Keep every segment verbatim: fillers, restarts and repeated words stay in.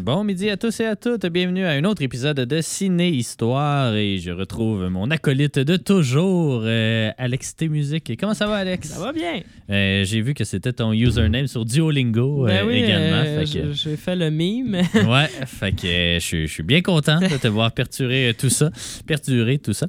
Bon midi à tous et à toutes. Bienvenue à un autre épisode de Ciné Histoire et je retrouve mon acolyte de toujours, euh, Alex T Musique. Comment ça va, Alex? Ça va bien. Euh, j'ai vu que c'était ton username sur Duolingo ben euh, oui, également. Euh, fait que... J'ai fait le mime. Ouais, fait que euh, je, je suis bien content de te voir perdurer tout ça. Perdurer tout ça.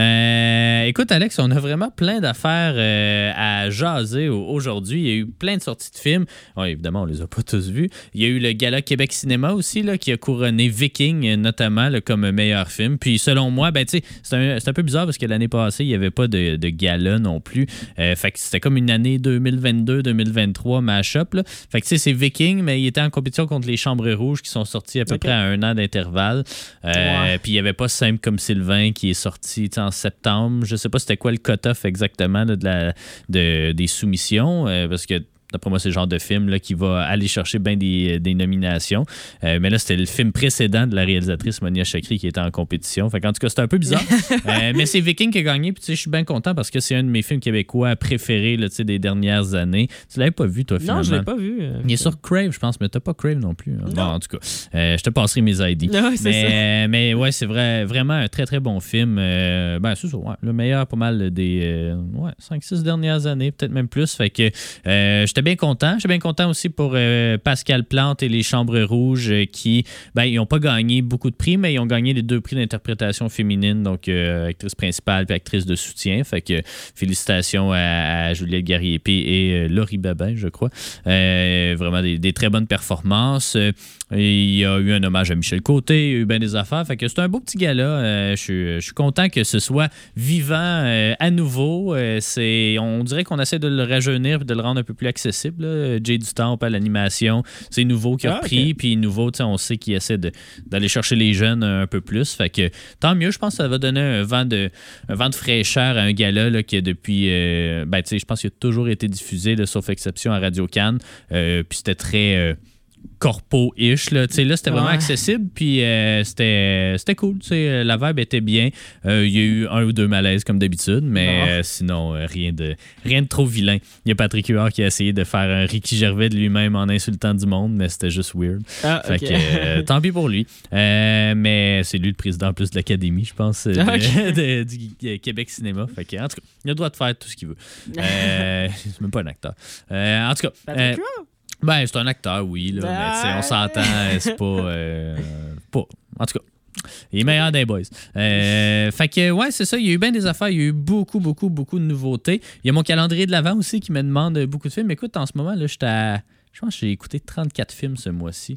Euh, écoute, Alex, on a vraiment plein d'affaires euh, à jaser aujourd'hui. Il y a eu plein de sorties de films. Ouais, évidemment, on les a pas tous vus. Il y a eu le Gala Québec Cinéma aussi, là, qui a couronné Viking, notamment, là, comme meilleur film. Puis, selon moi, ben, tu sais, c'est un, c'est un peu bizarre parce que l'année passée, il n'y avait pas de, de gala non plus. Euh, fait que c'était comme une année deux mille vingt-deux deux mille vingt-trois mash-up, là. Fait que, tu sais, c'est Viking, mais il était en compétition contre les Chambres Rouges qui sont sortis à peu okay. près à un an d'intervalle. Euh, ouais. Puis, il n'y avait pas Simple comme Sylvain qui est sorti en septembre. Je sais pas c'était quoi le cut-off exactement là, de la, de, des soumissions, euh, parce que d'après moi, c'est le genre de film là, qui va aller chercher bien des, des nominations. Euh, mais là, c'était le film précédent de la réalisatrice Monia Chakri qui était en compétition. Fait en tout cas, c'était un peu bizarre. euh, mais c'est Viking qui a gagné. Puis, je suis bien content parce que c'est un de mes films québécois préférés là, des dernières années. Tu l'avais pas vu, toi, finalement? Non, je l'ai pas vu. Euh, Il est sur Crave, je pense, mais t'as pas Crave non plus. Hein? Bon, en tout cas, euh, je te passerai mes I D. Non, c'est mais, ça. Euh, mais ouais, c'est vrai, vraiment un très, très bon film. Euh, ben, c'est ça, ouais, le meilleur pas mal des euh, ouais, cinq six dernières années, peut-être même plus. Fait que euh, j'étais bien content. J'étais bien content aussi pour euh, Pascal Plante et les Chambres Rouges euh, qui, ben, ils n'ont pas gagné beaucoup de prix, mais ils ont gagné les deux prix d'interprétation féminine, donc euh, actrice principale et actrice de soutien. Fait que félicitations à, à Juliette Garriépé et euh, Laurie Babin, je crois. Euh, vraiment des, des très bonnes performances. Euh, il y a eu un hommage à Michel Côté, il y a eu bien des affaires. Fait que c'est un beau petit gala. Euh, je, suis, je suis content que ce soit vivant euh, à nouveau. Euh, c'est, on dirait qu'on essaie de le rajeunir et de le rendre un peu plus accessible. Là. Jay du Temple à l'animation, c'est nouveau qui a ah, repris. Okay. Puis nouveau, on sait qu'il essaie de, d'aller chercher les jeunes un peu plus. Fait que tant mieux, je pense que ça va donner un vent de, un vent de fraîcheur à un gala là, qui a depuis... Euh, ben, je pense qu'il a toujours été diffusé, là, sauf exception à Radio-Can. Euh, puis c'était très... Euh, corpo-ish. Là, là c'était vraiment ouais. accessible, puis euh, c'était, c'était cool. T'sais, la vibe était bien. Il euh, y a eu un ou deux malaises comme d'habitude, mais euh, sinon, euh, rien, de, rien de trop vilain. Il y a Patrick Huard qui a essayé de faire un Ricky Gervais de lui-même en insultant du monde, mais c'était juste weird. Ah, fait okay. que, euh, tant pis pour lui. Euh, mais c'est lui le président en plus de l'Académie, je pense, de, okay. de, de, du Québec Cinéma. Fait que, en tout cas, il a le droit de faire tout ce qu'il veut. Euh, c'est même pas un acteur. Euh, en tout cas... Patrick Huard? Ben, c'est un acteur, oui, là, ah, mais on s'entend, c'est pas, euh, pas... En tout cas, il est meilleur des boys. Euh, fait que, ouais, c'est ça, il y a eu bien des affaires, il y a eu beaucoup, beaucoup, beaucoup de nouveautés. Il y a mon calendrier de l'Avent aussi qui me demande beaucoup de films. Écoute, en ce moment, là, j'étais à... Je pense que j'ai écouté trente-quatre films ce mois-ci.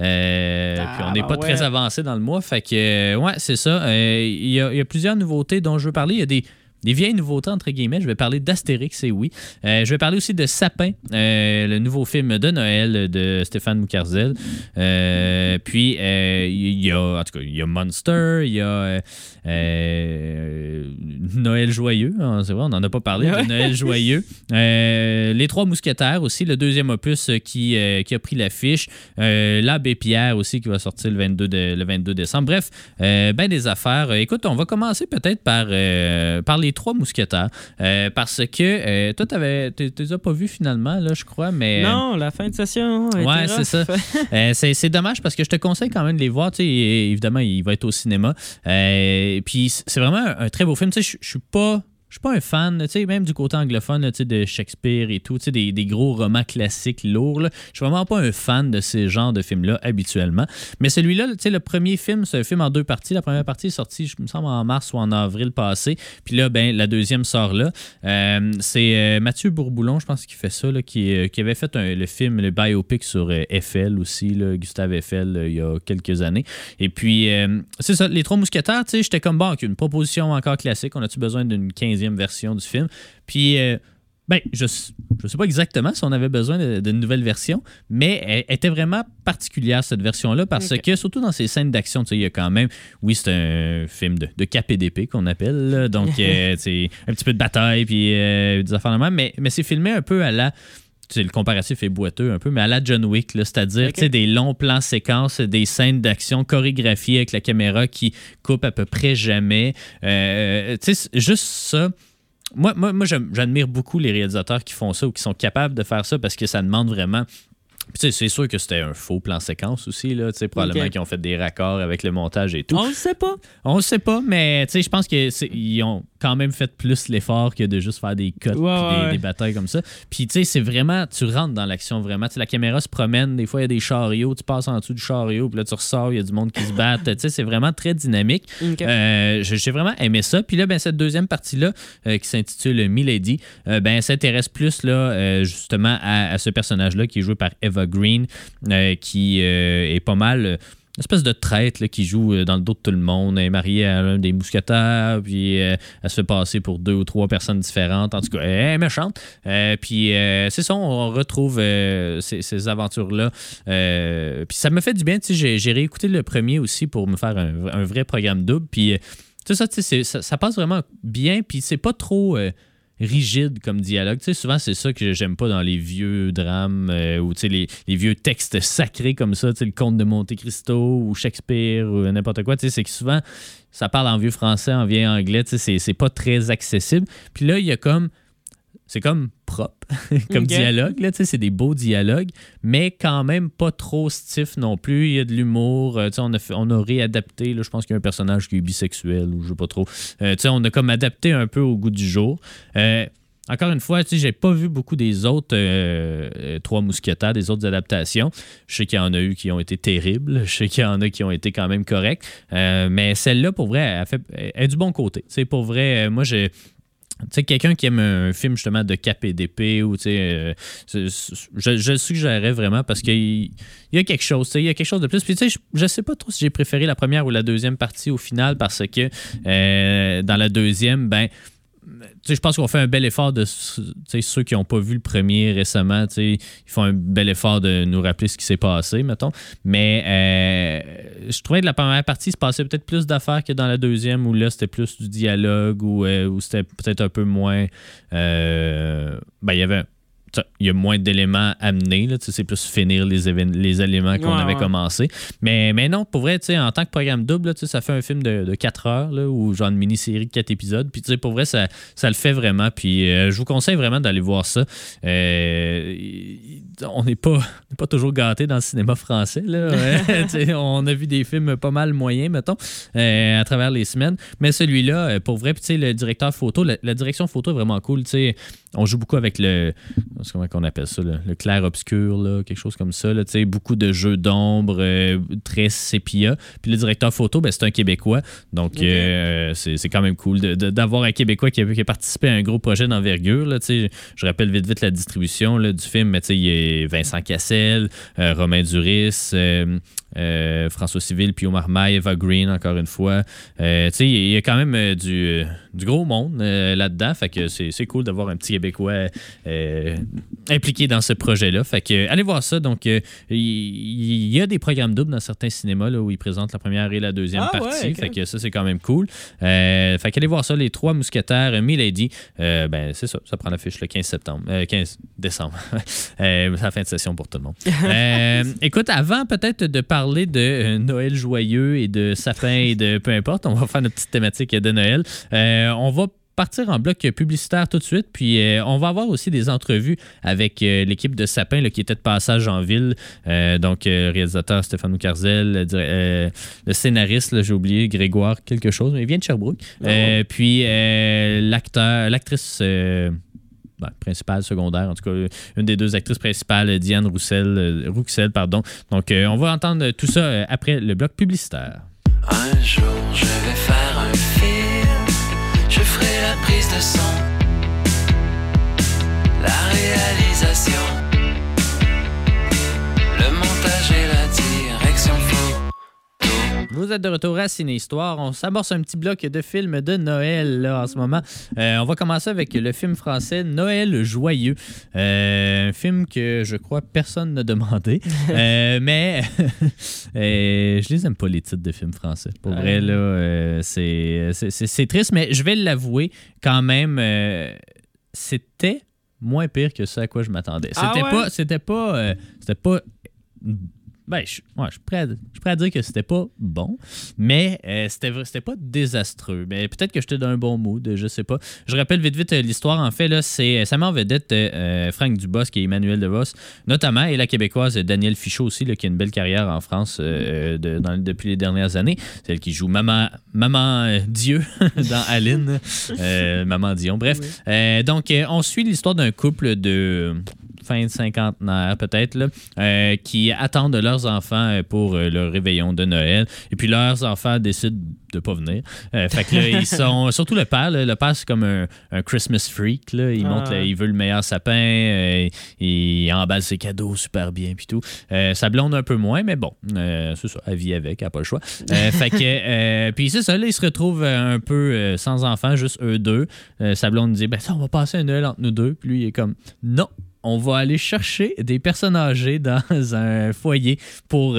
Euh, ah, puis on n'est pas ouais. très avancé dans le mois. Fait que, ouais, c'est ça. Euh, il, y a, il y a plusieurs nouveautés dont je veux parler. Il y a des... Des vieilles nouveautés, entre guillemets. Je vais parler d'Astérix, et oui. Euh, je vais parler aussi de Sapin, euh, le nouveau film de Noël de Stéphane Moukarzel. Euh, puis, euh, il y a, en tout cas, il y a Monster, il y a euh, Noël Joyeux. Hein, c'est vrai, on n'en a pas parlé, de Noël Joyeux. Euh, Les Trois Mousquetaires aussi, le deuxième opus qui, euh, qui a pris l'affiche. Euh, L'Abbé Pierre aussi, qui va sortir le vingt-deux, de, le vingt-deux décembre. Bref, euh, ben des affaires. Écoute, on va commencer peut-être par, euh, par les Trois Mousquetaires. Euh, parce que euh, toi, tu les as pas vus finalement, là, je crois, mais... Non, la fin de session. Ouais, c'est ça. euh, c'est, c'est dommage parce que je te conseille quand même de les voir. Tu sais, évidemment, il va être au cinéma. Euh, puis c'est vraiment un, un très beau film. Tu sais, je suis pas... Je suis pas un fan, tu sais, même du côté anglophone là, de Shakespeare et tout, tu sais, des, des gros romans classiques lourds. Là. Je suis vraiment pas un fan de ces genres de films-là habituellement. Mais celui-là, tu sais, le premier film, c'est un film en deux parties. La première partie est sortie, je me semble, en mars ou en avril passé. Puis là, ben, la deuxième sort là. Euh, c'est euh, Mathieu Bourboulon, je pense, qui fait ça, là, qui, euh, qui avait fait un, le film, le biopic sur euh, Eiffel aussi, là, Gustave Eiffel, euh, il y a quelques années. Et puis, euh, c'est ça, Les Trois Mousquetaires, tu sais, j'étais comme, bon, une proposition encore classique. On a-tu besoin d'une quinzième version du film? Puis, euh, ben, je ne sais pas exactement si on avait besoin de, d'une nouvelle version, mais elle était vraiment particulière, cette version-là, parce okay. que, surtout dans ces scènes d'action, il y a quand même, oui, c'est un film de, de K P D P qu'on appelle, là, donc, euh, un petit peu de bataille, puis euh, des affaires de même, mais, mais c'est filmé un peu à la... le comparatif est boiteux un peu, mais à la John Wick, là, c'est-à-dire okay. des longs plans séquences, des scènes d'action chorégraphiées avec la caméra qui coupe à peu près jamais. Euh, juste ça, moi, moi, moi j'admire beaucoup les réalisateurs qui font ça ou qui sont capables de faire ça parce que ça demande vraiment Puis, c'est sûr que c'était un faux plan séquence aussi, là, probablement okay. qu'ils ont fait des raccords avec le montage et tout. On le sait pas. On le sait pas, mais je pense qu'ils ont quand même fait plus l'effort que de juste faire des cuts ouais, puis des, ouais. des batailles comme ça. Puis, tu sais, c'est vraiment, tu rentres dans l'action vraiment. T'sais, la caméra se promène, des fois, il y a des chariots, tu passes en dessous du chariot, puis là, tu ressors, il y a du monde qui se bat. Tu sais, c'est vraiment très dynamique. Okay. Euh, j'ai vraiment aimé ça. Puis là, ben, cette deuxième partie-là, euh, qui s'intitule Milady, euh, ben, elle s'intéresse plus, là, euh, justement, à, à ce personnage-là qui est joué par Eva Green, euh, qui euh, est pas mal... Euh, une espèce de traître là, qui joue dans le dos de tout le monde. Elle est mariée à un des mousquetaires, puis euh, elle se fait passer pour deux ou trois personnes différentes. En tout cas, elle est méchante. Euh, puis euh, c'est ça, on retrouve euh, ces, ces aventures-là. Euh, puis ça me fait du bien. J'ai, j'ai réécouté le premier aussi pour me faire un, un vrai programme double. Puis tout ça, ça, ça passe vraiment bien. Puis c'est pas trop... Euh, rigide comme dialogue. Tu sais, souvent, c'est ça que j'aime pas dans les vieux drames euh, ou tu sais, les, les vieux textes sacrés comme ça, tu sais, le Comte de Monte Cristo ou Shakespeare ou n'importe quoi. Tu sais, c'est que souvent, ça parle en vieux français, en vieux anglais. Tu sais, c'est, c'est pas très accessible. Puis là, il y a comme... C'est comme propre comme okay. dialogue. Là, c'est des beaux dialogues, mais quand même pas trop stiff non plus. Il y a de l'humour. Euh, on, a fait, on a réadapté. Là, je pense qu'il y a un personnage qui est bisexuel ou je sais pas trop. Euh, on a comme adapté un peu au goût du jour. Euh, Encore une fois, tu sais, j'ai pas vu beaucoup des autres euh, euh, Trois Mousquetaires, des autres adaptations. Je sais qu'il y en a eu qui ont été terribles. Je sais qu'il y en a qui ont été quand même corrects. Euh, mais celle-là, pour vrai, elle, fait, elle est du bon côté. Tu sais, pour vrai, moi, j'ai... Tu sais, quelqu'un qui aime un film justement de cap et d'épée, ou tu sais, euh, je, je le suggérerais vraiment parce qu'il il y a quelque chose, tu sais, il y a quelque chose de plus. Puis tu sais, je, je sais pas trop si j'ai préféré la première ou la deuxième partie au final parce que euh, dans la deuxième, ben, je pense qu'on fait un bel effort de ceux qui n'ont pas vu le premier récemment, ils font un bel effort de nous rappeler ce qui s'est passé, mettons. Mais euh, je trouvais que la première partie, il se passait peut-être plus d'affaires que dans la deuxième, où là, c'était plus du dialogue, ou euh, où c'était peut-être un peu moins... Euh, ben, il y avait... Il y a moins d'éléments amenés. Là, c'est plus finir les, évén- les éléments qu'on ouais, avait ouais. commencé. Mais, mais non, pour vrai, en tant que programme double, là, ça fait un film de, de quatre heures là, ou genre une mini-série de quatre épisodes. Puis pour vrai, ça, ça le fait vraiment. Puis euh, je vous conseille vraiment d'aller voir ça. Euh, on n'est pas, pas toujours gâtés dans le cinéma français. Là. On a vu des films pas mal moyens, mettons, euh, à travers les semaines. Mais celui-là, pour vrai, puis le directeur photo, la, la direction photo est vraiment cool. On joue beaucoup avec le... Comment on appelle ça, là? Le clair-obscur, là, quelque chose comme ça. Là, beaucoup de jeux d'ombre, euh, très sépia. Puis le directeur photo, ben, c'est un Québécois. Donc, okay. euh, c'est, c'est quand même cool de, de, d'avoir un Québécois qui a, qui a participé à un gros projet d'envergure. Là, je rappelle vite vite la distribution là, du film. Mais il y a Vincent Cassel, euh, Romain Duris, euh, euh, François Civil, Pio Marmaille, Eva Green, encore une fois. Euh, il y a quand même euh, du, du gros monde euh, là-dedans. Fait que c'est, c'est cool d'avoir un petit Québécois euh, impliqué dans ce projet-là. Fait que, allez voir ça. Donc, il euh, y, y a des programmes doubles dans certains cinémas là, où ils présentent la première et la deuxième ah, partie. Ouais, okay. Fait que ça, c'est quand même cool. Euh, fait qu'allez voir ça, les Trois Mousquetaires, Milady. Euh, ben, c'est ça. Ça prend l'affiche le quinze septembre. Euh, quinze décembre. euh, c'est la fin de session pour tout le monde. euh, écoute, avant peut-être de parler de euh, Noël joyeux et de sapin et de peu importe, on va faire notre petite thématique de Noël. Euh, on va partir en bloc publicitaire tout de suite, puis euh, on va avoir aussi des entrevues avec euh, l'équipe de Sapin là, qui était de passage en ville. Euh, donc, euh, réalisateur Stéphane Moucarzel, le, euh, le scénariste, là, j'ai oublié, Grégoire quelque chose, mais il vient de Sherbrooke. Oh. Euh, puis euh, l'acteur, l'actrice... Euh, Ben, principale, secondaire, en tout cas, une des deux actrices principales, Diane Roussel, euh, Rouxel, pardon. Donc, euh, on va entendre tout ça euh, après le bloc publicitaire. Un jour, je vais faire un film, je ferai la prise de son, la réalisation, le montage et la direction photo. Vous êtes de retour à Ciné Histoire. On s'amorce un petit bloc de films de Noël là, en ce moment. Euh, on va commencer avec le film français Noël joyeux. Euh, un film que je crois personne n'a demandé. euh, mais euh, je les aime pas les titres de films français. Pour vrai, là, euh, c'est, c'est, c'est, c'est triste, mais je vais l'avouer quand même. Euh, c'était moins pire que ce à quoi je m'attendais. C'était ah ouais? pas. C'était pas. Euh, c'était pas Ben, je, ouais, je, suis prêt à, je suis prêt à dire que c'était pas bon, mais euh, c'était, c'était pas désastreux. Mais peut-être que j'étais dans un bon mood, je sais pas. Je rappelle vite vite euh, l'histoire. En fait, là, c'est ça met en vedette euh, Franck Dubosc et Emmanuel DeVos, notamment, et la québécoise Danielle Fichot aussi, là, qui a une belle carrière en France euh, de, dans, depuis les dernières années. C'est elle qui joue Maman, Maman euh, Dieu dans Aline, euh, Maman Dion. Bref, oui. euh, donc euh, on suit l'histoire d'un couple de fin de cinquantenaire peut-être, là, euh, qui attendent leurs enfants pour euh, leur réveillon de Noël. Et puis leurs enfants décident de pas venir. Euh, fait que là, ils sont... Surtout le père, là, le père, c'est comme un, un Christmas freak. Là. Il, ah. montre, là, il veut le meilleur sapin, euh, il emballe ses cadeaux super bien, puis tout. Euh, sa blonde un peu moins, mais bon, euh, c'est ça, elle vit avec, elle n'a pas le choix. Euh, fait que... Euh, puis c'est ça, là, ils se retrouvent un peu euh, sans enfants, juste eux deux. Euh, sa blonde dit, ben ça, on va passer un Noël entre nous deux. Puis lui, il est comme, non. On va aller chercher des personnes âgées dans un foyer pour...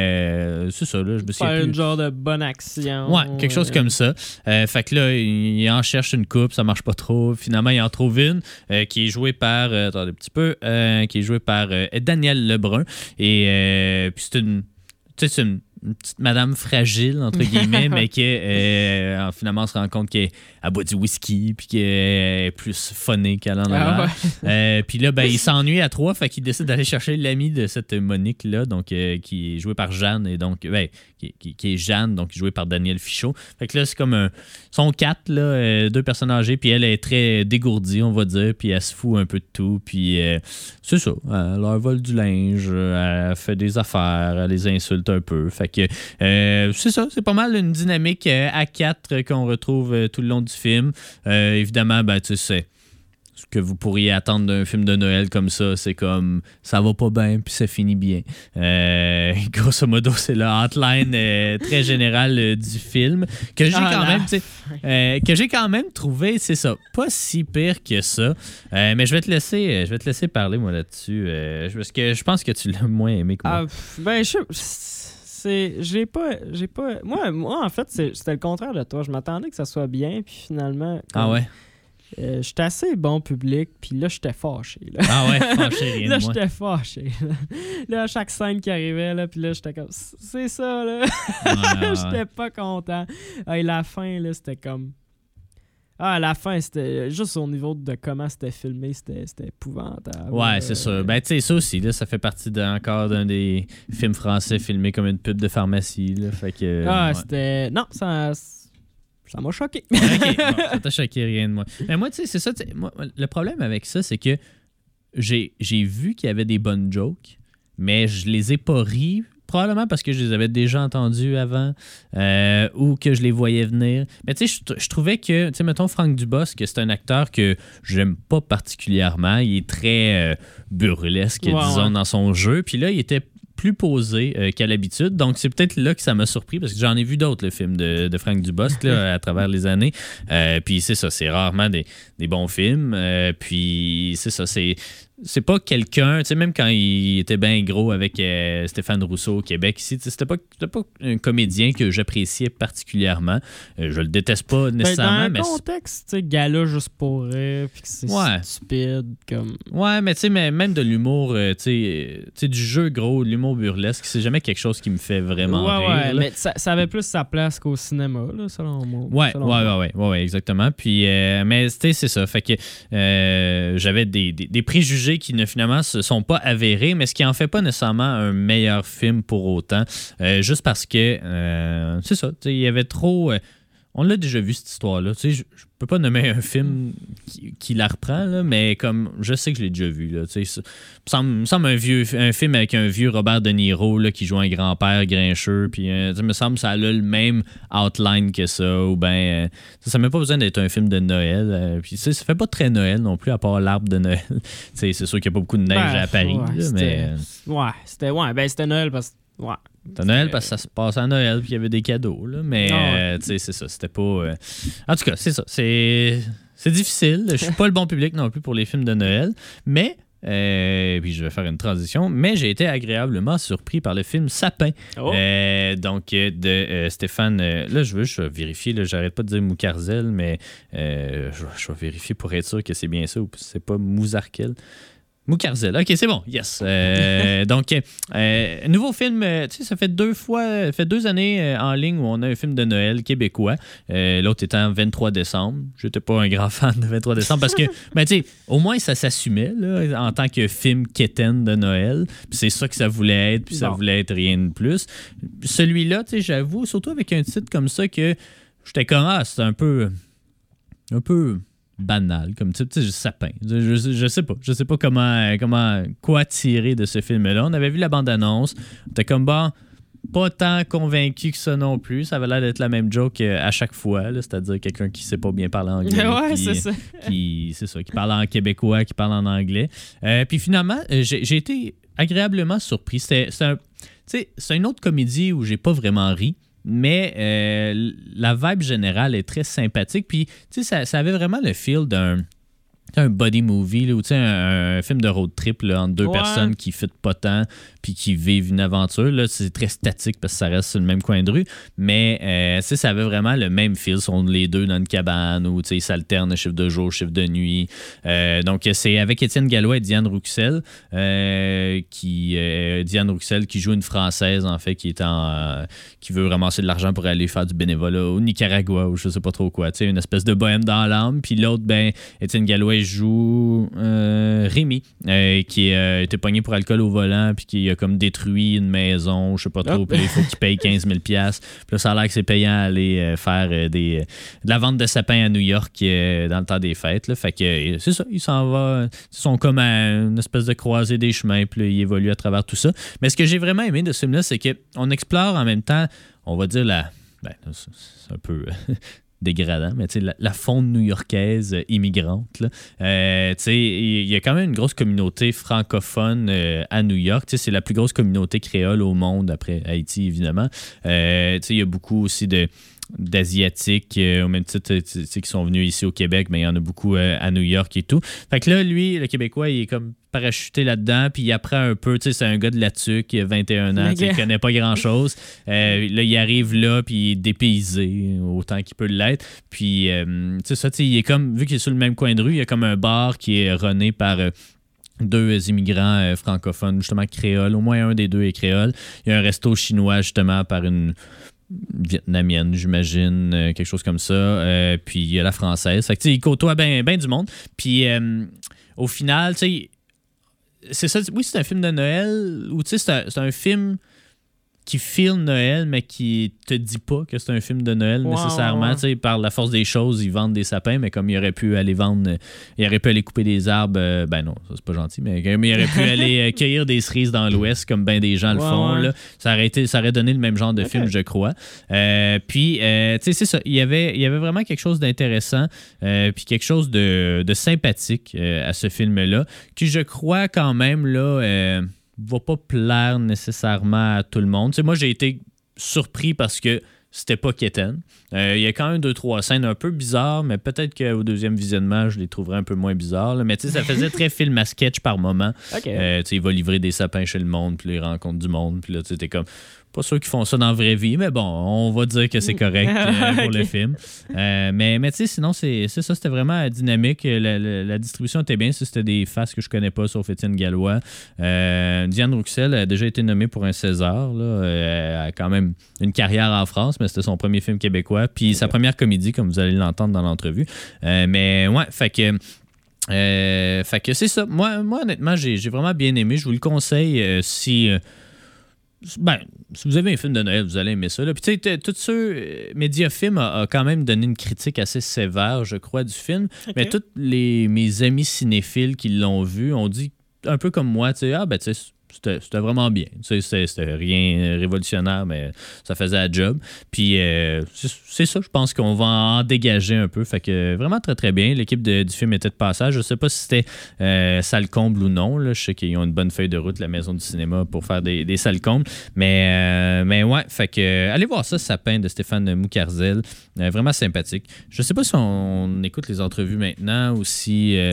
Euh, c'est ça, là, je me souviens faire plus. une genre de bonne action. Ouais, quelque chose euh... comme ça. Euh, fait que là, il en cherche une couple, ça marche pas trop. Finalement, il en trouve une euh, qui est jouée par... Euh, attendez un petit peu. Euh, qui est jouée par euh, Danielle Lebrun. Et euh, puis c'est une... Tu sais, c'est une... une petite madame fragile, entre guillemets, mais qui euh, finalement on se rend compte qu'elle boit du whisky puis qu'elle est plus phonée qu'elle en a ah, l'air. ouais. euh, puis là, ben, il s'ennuie à trois, fait qu'il décide d'aller chercher l'ami de cette Monique-là, donc euh, qui est jouée par Jeanne, et donc, ben, qui, qui, qui est Jeanne, donc jouée par Danielle Fichot. Fait que là, c'est comme un... Ils sont quatre, là, euh, deux personnes âgées, puis elle est très dégourdie, on va dire, puis elle se fout un peu de tout, puis euh, c'est ça, elle leur vole du linge, elle fait des affaires, elle les insulte un peu, fait que euh, c'est ça, c'est pas mal une dynamique euh, à quatre qu'on retrouve euh, tout le long du film. Euh, évidemment, ben, tu sais, ce que vous pourriez attendre d'un film de Noël comme ça, c'est comme ça va pas bien puis ça finit bien. Euh, grosso modo, c'est le hotline euh, très général euh, du film que j'ai ah, quand là. même, tu sais, euh, que j'ai quand même trouvé, c'est ça, pas si pire que ça. Euh, mais je vais te laisser, je vais te laisser parler moi là-dessus, euh, parce que je pense que tu l'as moins aimé que moi. Ah, ben je c'est j'ai pas j'ai pas moi moi en fait c'est, c'était le contraire de toi, je m'attendais que ça soit bien puis finalement comme, ah ouais euh, j'étais assez bon public puis là j'étais fâché là. ah ouais fâché rien là de moi. J'étais fâché là. Là à chaque scène qui arrivait là puis là j'étais comme c'est ça là. Ah, ouais. J'étais pas content. Et la fin là c'était comme ah, à la fin, c'était juste au niveau de comment c'était filmé, c'était, c'était épouvantable. Ouais, c'est sûr. Ben, tu sais, ça aussi, là, ça fait partie d'un, encore d'un des films français filmés comme une pub de pharmacie. Là, fait que, ah, ouais. c'était... Non, ça... Ça m'a choqué. OK, bon, ça t'a choqué, rien de moi. Mais moi, tu sais, c'est ça. Moi, le problème avec ça, c'est que j'ai, j'ai vu qu'il y avait des bonnes jokes, mais je les ai pas ris. Probablement parce que je les avais déjà entendus avant euh, ou que je les voyais venir. Mais tu sais, je, je trouvais que, tu sais, mettons Franck Dubosc, que c'est un acteur que j'aime pas particulièrement. Il est très euh, burlesque, ouais, disons, ouais. dans son jeu. Puis là, il était plus posé euh, qu'à l'habitude. Donc, c'est peut-être là que ça m'a surpris parce que j'en ai vu d'autres, le film de, de Franck Dubosc, là, à travers les années. Euh, puis c'est ça, c'est rarement des, des bons films. Euh, puis c'est ça, c'est... C'est pas quelqu'un, tu sais, même quand il était bien gros avec euh, Stéphane Rousseau au Québec ici, c'était pas, c'était pas un comédien que j'appréciais particulièrement. Euh, je le déteste pas nécessairement. Ben, dans mais le contexte, tu sais, gala juste pour rire, puis que c'est ouais. stupide, comme... Ouais, mais tu sais, même de l'humour, euh, tu sais, du jeu gros, de l'humour burlesque, c'est jamais quelque chose qui me fait vraiment ouais, rire. Ouais, là. mais ça, ça avait plus sa place qu'au cinéma, là, selon moi. Ouais, selon ouais, moi. ouais, ouais, ouais, exactement. Puis, euh, mais tu sais, c'est ça. Fait que euh, j'avais des, des, des préjugés qui ne finalement se sont pas avérés, mais ce qui en fait pas nécessairement un meilleur film pour autant, euh, juste parce que euh, c'est ça, il y avait trop... Euh, on l'a déjà vu cette histoire-là. Tu sais, je, je peux pas nommer un film qui, qui la reprend, là, mais comme je sais que je l'ai déjà vu. Là, tu sais, ça me semble un, vieux, un film avec un vieux Robert De Niro là, qui joue un grand-père grincheux. Puis, euh, ça me semble que ça a le même outline que ça. Ou ben, euh, ça n'a même pas besoin d'être un film de Noël. Euh, puis, ça fait pas très Noël non plus, à part l'arbre de Noël. C'est sûr qu'il n'y a pas beaucoup de neige ben, à Paris. Ouais, là, c'était, mais, ouais, c'était, ouais, ben, c'était Noël parce que. Ouais. C'était Noël parce que ça se passait à Noël puis il y avait des cadeaux. Là, mais, ouais. euh, tu sais, c'est ça. C'était pas. Euh... En tout cas, c'est ça. C'est, c'est difficile. Je suis pas le bon public non plus pour les films de Noël. Mais. Euh, puis je vais faire une transition, mais j'ai été agréablement surpris par le film Sapin. Oh. Euh, donc de euh, Stéphane. Euh, là, je veux je vais vérifier. Là, j'arrête pas de dire Moukarzel, mais euh, je, je vais vérifier pour être sûr que c'est bien ça ou que c'est pas Mouzarkel. Moukarzel. OK, c'est bon. Yes. Euh, donc, euh, nouveau film, euh, tu sais, ça fait deux fois, ça fait deux années euh, en ligne où on a un film de Noël québécois. Euh, l'autre étant vingt-trois décembre. J'étais pas un grand fan de vingt-trois décembre parce que, ben, tu sais, au moins, ça s'assumait là, en tant que film quétaine de Noël. Puis c'est ça que ça voulait être, puis ça Bon. voulait être rien de plus. Celui-là, tu sais, j'avoue, surtout avec un titre comme ça que j'étais comme, ah, c'est un peu... un peu... banal, comme tu sais, sapin. Je, je, je sais pas. Je sais pas comment, comment quoi tirer de ce film-là. On avait vu la bande-annonce. On était comme, bon, pas tant convaincu que ça non plus. Ça avait l'air d'être la même joke à chaque fois, là, c'est-à-dire quelqu'un qui sait pas bien parler anglais. Ouais, puis, c'est ça. Qui, c'est ça, qui parle en québécois, qui parle en anglais. Euh, puis finalement, j'ai, j'ai été agréablement surpris. C'était, c'est, un, tu sais, c'est une autre comédie où j'ai pas vraiment ri. Mais euh, la vibe générale est très sympathique. Puis, tu sais, ça, ça avait vraiment le feel d'un un buddy movie, là, ou un, un film de road trip là, entre deux ouais. personnes qui ne pas tant puis qui vivent une aventure. Là, c'est très statique parce que ça reste sur le même coin de rue. Mais euh, ça avait vraiment le même feel. Ils sont les deux dans une cabane où ils s'alternent chiffre de jour, chiffre de nuit. Euh, donc, c'est avec Étienne Gallois et Diane Rouxel. Euh, qui, euh, Diane Rouxel qui joue une Française, en fait, qui est en euh, qui veut ramasser de l'argent pour aller faire du bénévolat au Nicaragua ou je sais pas trop quoi. Une espèce de bohème dans l'âme. Puis l'autre, ben, Étienne Gallois joue euh, Rémi, euh, qui a été pogné pour alcool au volant, puis qui a comme détruit une maison, je sais pas trop, puis il faut qu'il paye quinze mille dollars. Puis là, ça a l'air que c'est payant à aller euh, faire euh, des, de la vente de sapins à New York euh, dans le temps des fêtes. Là. Fait que euh, c'est ça, il s'en va. Ils sont comme à une espèce de croisée des chemins, puis là, il évolue à travers tout ça. Mais ce que j'ai vraiment aimé de ce film-là, c'est qu'on explore en même temps, on va dire, la. Ben, c'est un peu. dégradant, mais tu sais, la, la faune new-yorkaise euh, immigrante. Euh, tu sais, il y a quand même une grosse communauté francophone euh, à New York. Tu sais, c'est la plus grosse communauté créole au monde, après Haïti, évidemment. Euh, tu sais, il y a beaucoup aussi de d'Asiatiques, euh, au même titre, tu sais, qui sont venus ici au Québec, mais il y en a beaucoup euh, à New York et tout. Fait que là, lui, le Québécois, il est comme parachuté là-dedans, puis il apprend un peu, tu sais, c'est un gars de la tuque, il a vingt et un ans, il connaît pas grand-chose. Euh, là, il arrive là, puis il est dépaysé, autant qu'il peut l'être. Puis, euh, tu sais, ça, tu sais, il est comme, vu qu'il est sur le même coin de rue, il y a comme un bar qui est runné par... Euh, deux immigrants euh, francophones, justement créoles. Au moins un des deux est créole. Il y a un resto chinois, justement, par une vietnamienne, j'imagine, euh, quelque chose comme ça. Euh, puis il y a la française. Fait que, tu sais, il côtoie bien ben du monde. Puis euh, au final, tu sais, c'est ça. Oui, c'est un film de Noël, ou tu sais, c'est un, c'est un film qui file Noël, mais qui te dit pas que c'est un film de Noël wow, nécessairement. Ouais. Par la force des choses, ils vendent des sapins, mais comme il aurait pu aller vendre, il aurait pu aller couper des arbres, euh, ben non, ça c'est pas gentil, mais il aurait pu aller cueillir des cerises dans l'Ouest, comme ben des gens le ouais, font. Ouais. Là. Ça, aurait été, ça aurait donné le même genre de okay. film, je crois. Euh, puis, euh, tu sais, c'est ça. Il y avait, il y avait vraiment quelque chose d'intéressant, euh, puis quelque chose de, de sympathique euh, à ce film-là, qui, je crois, quand même, là... Euh, va pas plaire nécessairement à tout le monde. Tu sais, moi, j'ai été surpris parce que c'était pas quétaine. Euh, il y a quand même deux, trois scènes un peu bizarres, mais peut-être qu'au deuxième visionnement, je les trouverais un peu moins bizarres. Là. Mais tu sais, ça faisait très film à sketch par moment. Okay. Euh, tu sais, il va livrer des sapins chez le monde, puis il rencontre du monde, puis là, tu sais, t'es comme... Pas sûr qu'ils font ça dans la vraie vie, mais bon, on va dire que c'est correct euh, pour okay. le film. Euh, mais mais tu sais, sinon, c'est, c'est ça, c'était vraiment dynamique. La, la, la distribution était bien. C'était des faces que je connais pas, sauf Étienne Gallois. Euh, Diane Rouxel a déjà été nommée pour un César. Là. Elle a quand même une carrière en France, mais c'était son premier film québécois. Puis okay. sa première comédie, comme vous allez l'entendre dans l'entrevue. Euh, mais ouais, fait que... Euh, fait que c'est ça. Moi, moi honnêtement, j'ai, j'ai vraiment bien aimé. Je vous le conseille euh, si... Euh, Ben, si vous avez un film de Noël, vous allez aimer ça. Là. Puis, tu sais, tous ceux. Euh, Mediafilm a, a quand même donné une critique assez sévère, je crois, du film. Okay. Mais tous les, mes amis cinéphiles qui l'ont vu ont dit, un peu comme moi, tu sais, ah, ben, tu sais, C'était, c'était vraiment bien. C'était, c'était rien révolutionnaire, mais ça faisait la job. Puis euh, c'est, c'est ça, je pense qu'on va en dégager un peu. Fait que vraiment très, très bien. L'équipe de, du film était de passage. Je sais pas si c'était euh, salle comble ou non. Là. Je sais qu'ils ont une bonne feuille de route, la maison du cinéma, pour faire des, des salles combles. Mais, euh, mais ouais, fait que euh, allez voir ça, Sapin de Stéphane Moukarzel. Euh, vraiment sympathique. Je sais pas si on écoute les entrevues maintenant ou si... Euh,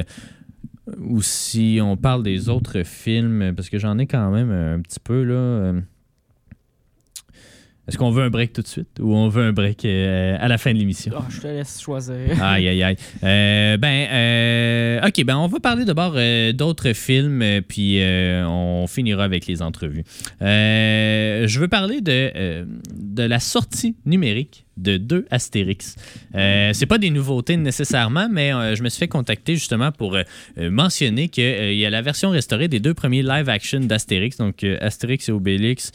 ou si on parle des autres films, parce que j'en ai quand même un petit peu, là. Est-ce qu'on veut un break tout de suite ou on veut un break euh, à la fin de l'émission? Oh, je te laisse choisir. Aïe, aïe, aïe. Euh, ben, euh, OK, ben on va parler d'abord euh, d'autres films, euh, puis euh, on finira avec les entrevues. Euh, je veux parler de, euh, de la sortie numérique de deux Astérix. Euh, c'est pas des nouveautés nécessairement, mais euh, je me suis fait contacter justement pour euh, mentionner qu'il euh, y a la version restaurée des deux premiers live-action d'Astérix, donc euh, Astérix et Obélix.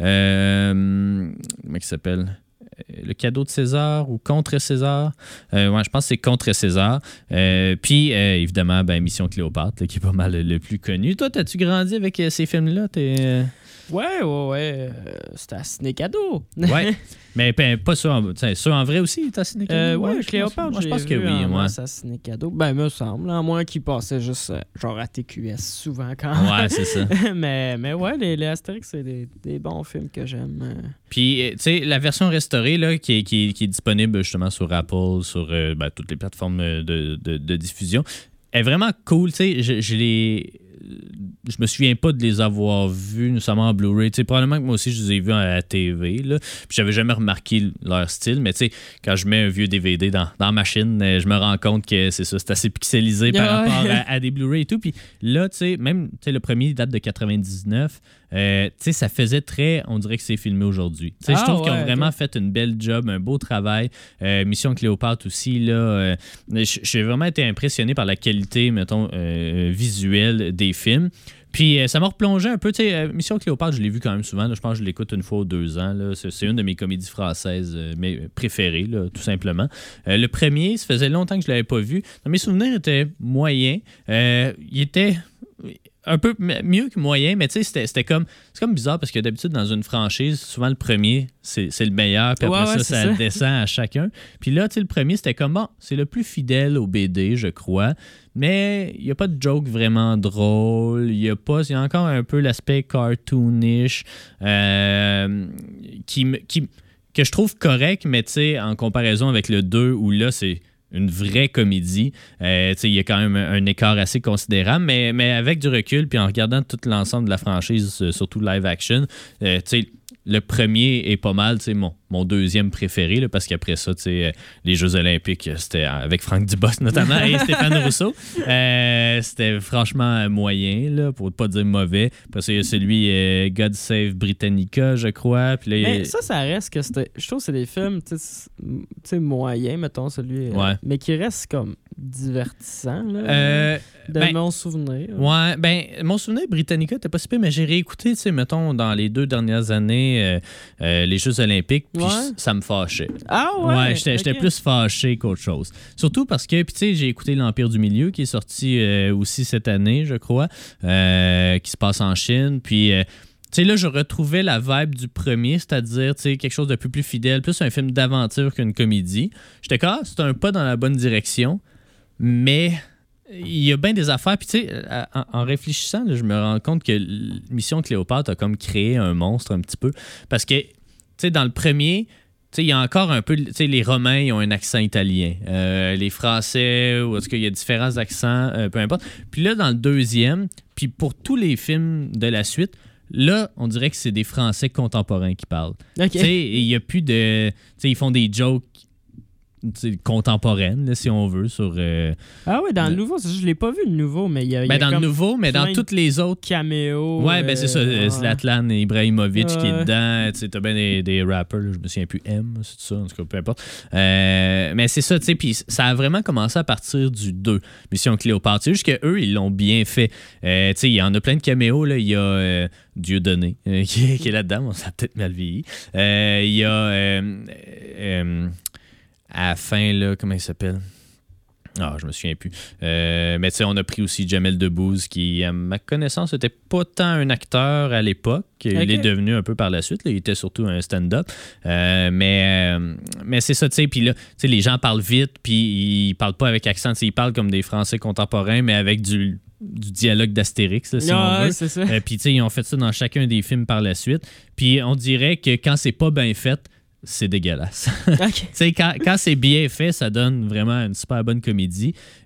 Euh, comment il s'appelle? Le cadeau de César ou Contre César. Euh, ouais, je pense que c'est Contre César. Euh, puis, euh, évidemment, ben, Mission Cléopâtre, là, qui est pas mal le, le plus connu. Toi, as-tu grandi avec euh, ces films-là? T'es, euh... Ouais, ouais, ouais. Euh, c'était à Ciné Cadeau. Ouais. Mais ben, pas ceux en, ceux en vrai aussi, t'as Ciné Cadeau? Euh, ouais, ouais, Cléopâtre, moi, je pense j'ai que vu oui. en Ouais. masse à Ciné Cadeau. Ben, me semble. À moins qu'il passait juste euh, genre à T Q S souvent quand Ouais, c'est ça. mais, mais ouais, les, les Astérix, c'est des, des bons films que j'aime. euh. Puis, tu sais, la version restaurée, là, qui est, qui est, qui est disponible justement sur Apple, sur euh, ben, toutes les plateformes de, de, de diffusion, est vraiment cool. Tu sais, je, je les... Je me souviens pas de les avoir vus nécessairement en Blu-ray. Tu sais, probablement que moi aussi, je les ai vus à la T V. Là. Puis j'avais jamais remarqué leur style. Mais tu sais, quand je mets un vieux D V D dans, dans ma machine, je me rends compte que c'est ça, c'est assez pixelisé par Ouais. rapport à, à des Blu-ray et tout. Puis là, tu sais, même tu sais, le premier date de quatre-vingt-dix-neuf. Euh, tu sais, ça faisait très... On dirait que c'est filmé aujourd'hui. Tu sais, Ah, je trouve qu'ils ont ouais, vraiment ok. fait une belle job, un beau travail. Euh, Mission Cléopâtre aussi, là... Euh, j'ai vraiment été impressionné par la qualité, mettons, euh, visuelle des films. Puis euh, ça m'a replongé un peu. Tu sais, euh, Mission Cléopâtre, je l'ai vu quand même souvent. Là. Je pense que je l'écoute une fois ou deux ans. Là. C'est, c'est une de mes comédies françaises euh, mes préférées, là, tout simplement. Euh, le premier, ça faisait longtemps que je ne l'avais pas vu. Dans mes souvenirs, était moyen. Euh, il était... un peu mieux que moyen, mais tu sais, c'était, c'était comme, c'est comme bizarre parce que d'habitude, dans une franchise, souvent le premier, c'est, c'est le meilleur, puis après Ouais, ça, ouais, ça, c'est ça. descend à chacun. Puis là, tu sais, le premier, c'était comme, bon, c'est le plus fidèle au B D, je crois, mais il n'y a pas de joke vraiment drôle, il y a pas, il y a encore un peu l'aspect cartoonish euh, qui, me- qui, que je trouve correct, mais tu sais, en comparaison avec le deux, où là, c'est une vraie comédie. Euh, il y a quand même un, un écart assez considérable, mais, mais avec du recul, puis en regardant tout l'ensemble de la franchise, euh, surtout live action, euh, le premier est pas mal, mon, mon deuxième préféré, là, parce qu'après ça, euh, les Jeux olympiques, c'était avec Franck Dubosc notamment et Stéphane Rousseau. Euh, c'était franchement moyen, là, pour ne pas dire mauvais. Parce qu'il y a celui euh, God Save Britannica, je crois. Puis là, il y a- Mais ça, ça reste que c'était. Je trouve que c'est des films, tu sais, tu sais, moyens, mettons, celui. euh, Ouais. mais qui restent comme divertissants, là. Euh, de ben, mon souvenir. Ouais, ben, mon souvenir Britannica était pas si pire, mais j'ai réécouté, tu sais, mettons, dans les deux dernières années, euh, euh, les Jeux olympiques, puis Ouais. ça me fâchait. Ah ouais? Ouais, j'étais, j'étais ok. plus fâché qu'autre chose. Surtout parce que, puis tu sais, j'ai écouté L'Empire du Milieu, qui est sorti euh, aussi cette année, je crois, euh, qui se passe en Chine, puis... euh, tu sais, là, je retrouvais la vibe du premier, c'est-à-dire, tu sais, quelque chose de plus, plus fidèle, plus un film d'aventure qu'une comédie. J'étais comme, ah, c'est un pas dans la bonne direction, mais il y a bien des affaires. Puis, tu sais, en, en réfléchissant, là, je me rends compte que Mission Cléopâtre a comme créé un monstre un petit peu. Parce que, tu sais, dans le premier, tu sais, il y a encore un peu... Tu sais, les Romains, ils ont un accent italien. Euh, les Français, ou est-ce qu'il y a différents accents, euh, peu importe. Puis là, dans le deuxième, puis pour tous les films de la suite, là, on dirait que c'est des Français contemporains qui parlent. Ok. Tu sais, il n'y a plus de... Tu sais, ils font des jokes tu sais, contemporaines, là, si on veut, sur... euh, Ah ouais, dans le- le nouveau, c'est juste, je l'ai pas vu le nouveau, mais il y a, il y ben, a dans le comme nouveau, mais dans plein de toutes les autres... caméos. Ouais, ben c'est ça, euh, euh, ouais. Zlatan Ibrahimovic qui est Ouais. dedans, tu sais, t'as bien des, des rappers, là, je me souviens plus, M, c'est ça, en tout cas, peu importe. Euh, mais c'est ça, tu sais, puis ça a vraiment commencé à partir du deux, Mission Cléopâtre. C'est juste qu'eux, ils l'ont bien fait. Euh, tu sais, il y en a plein de caméos, là, il y a euh, Dieudonné euh, qui, qui est là-dedans, bon, ça a peut-être mal vieilli. Euh, Il y a... euh, euh, à la fin, là, comment il s'appelle? Ah, je me souviens plus. Euh, mais tu sais, on a pris aussi Jamel Debbouze, qui, à ma connaissance, n'était pas tant un acteur à l'époque. Il Ok. est devenu un peu par la suite. Là. Il était surtout un stand-up. Euh, mais, euh, mais c'est ça, tu sais. Puis là, tu sais, les gens parlent vite, puis ils parlent pas avec accent. Tu sais, ils parlent comme des Français contemporains, mais avec du, du dialogue d'Astérix, là, si Ouais, on veut. c'est ça. Euh, puis tu sais, ils ont fait ça dans chacun des films par la suite. Puis on dirait que quand c'est pas bien fait, c'est dégueulasse. Ok. Tu sais, quand, quand c'est bien fait, ça donne vraiment une super bonne comédie.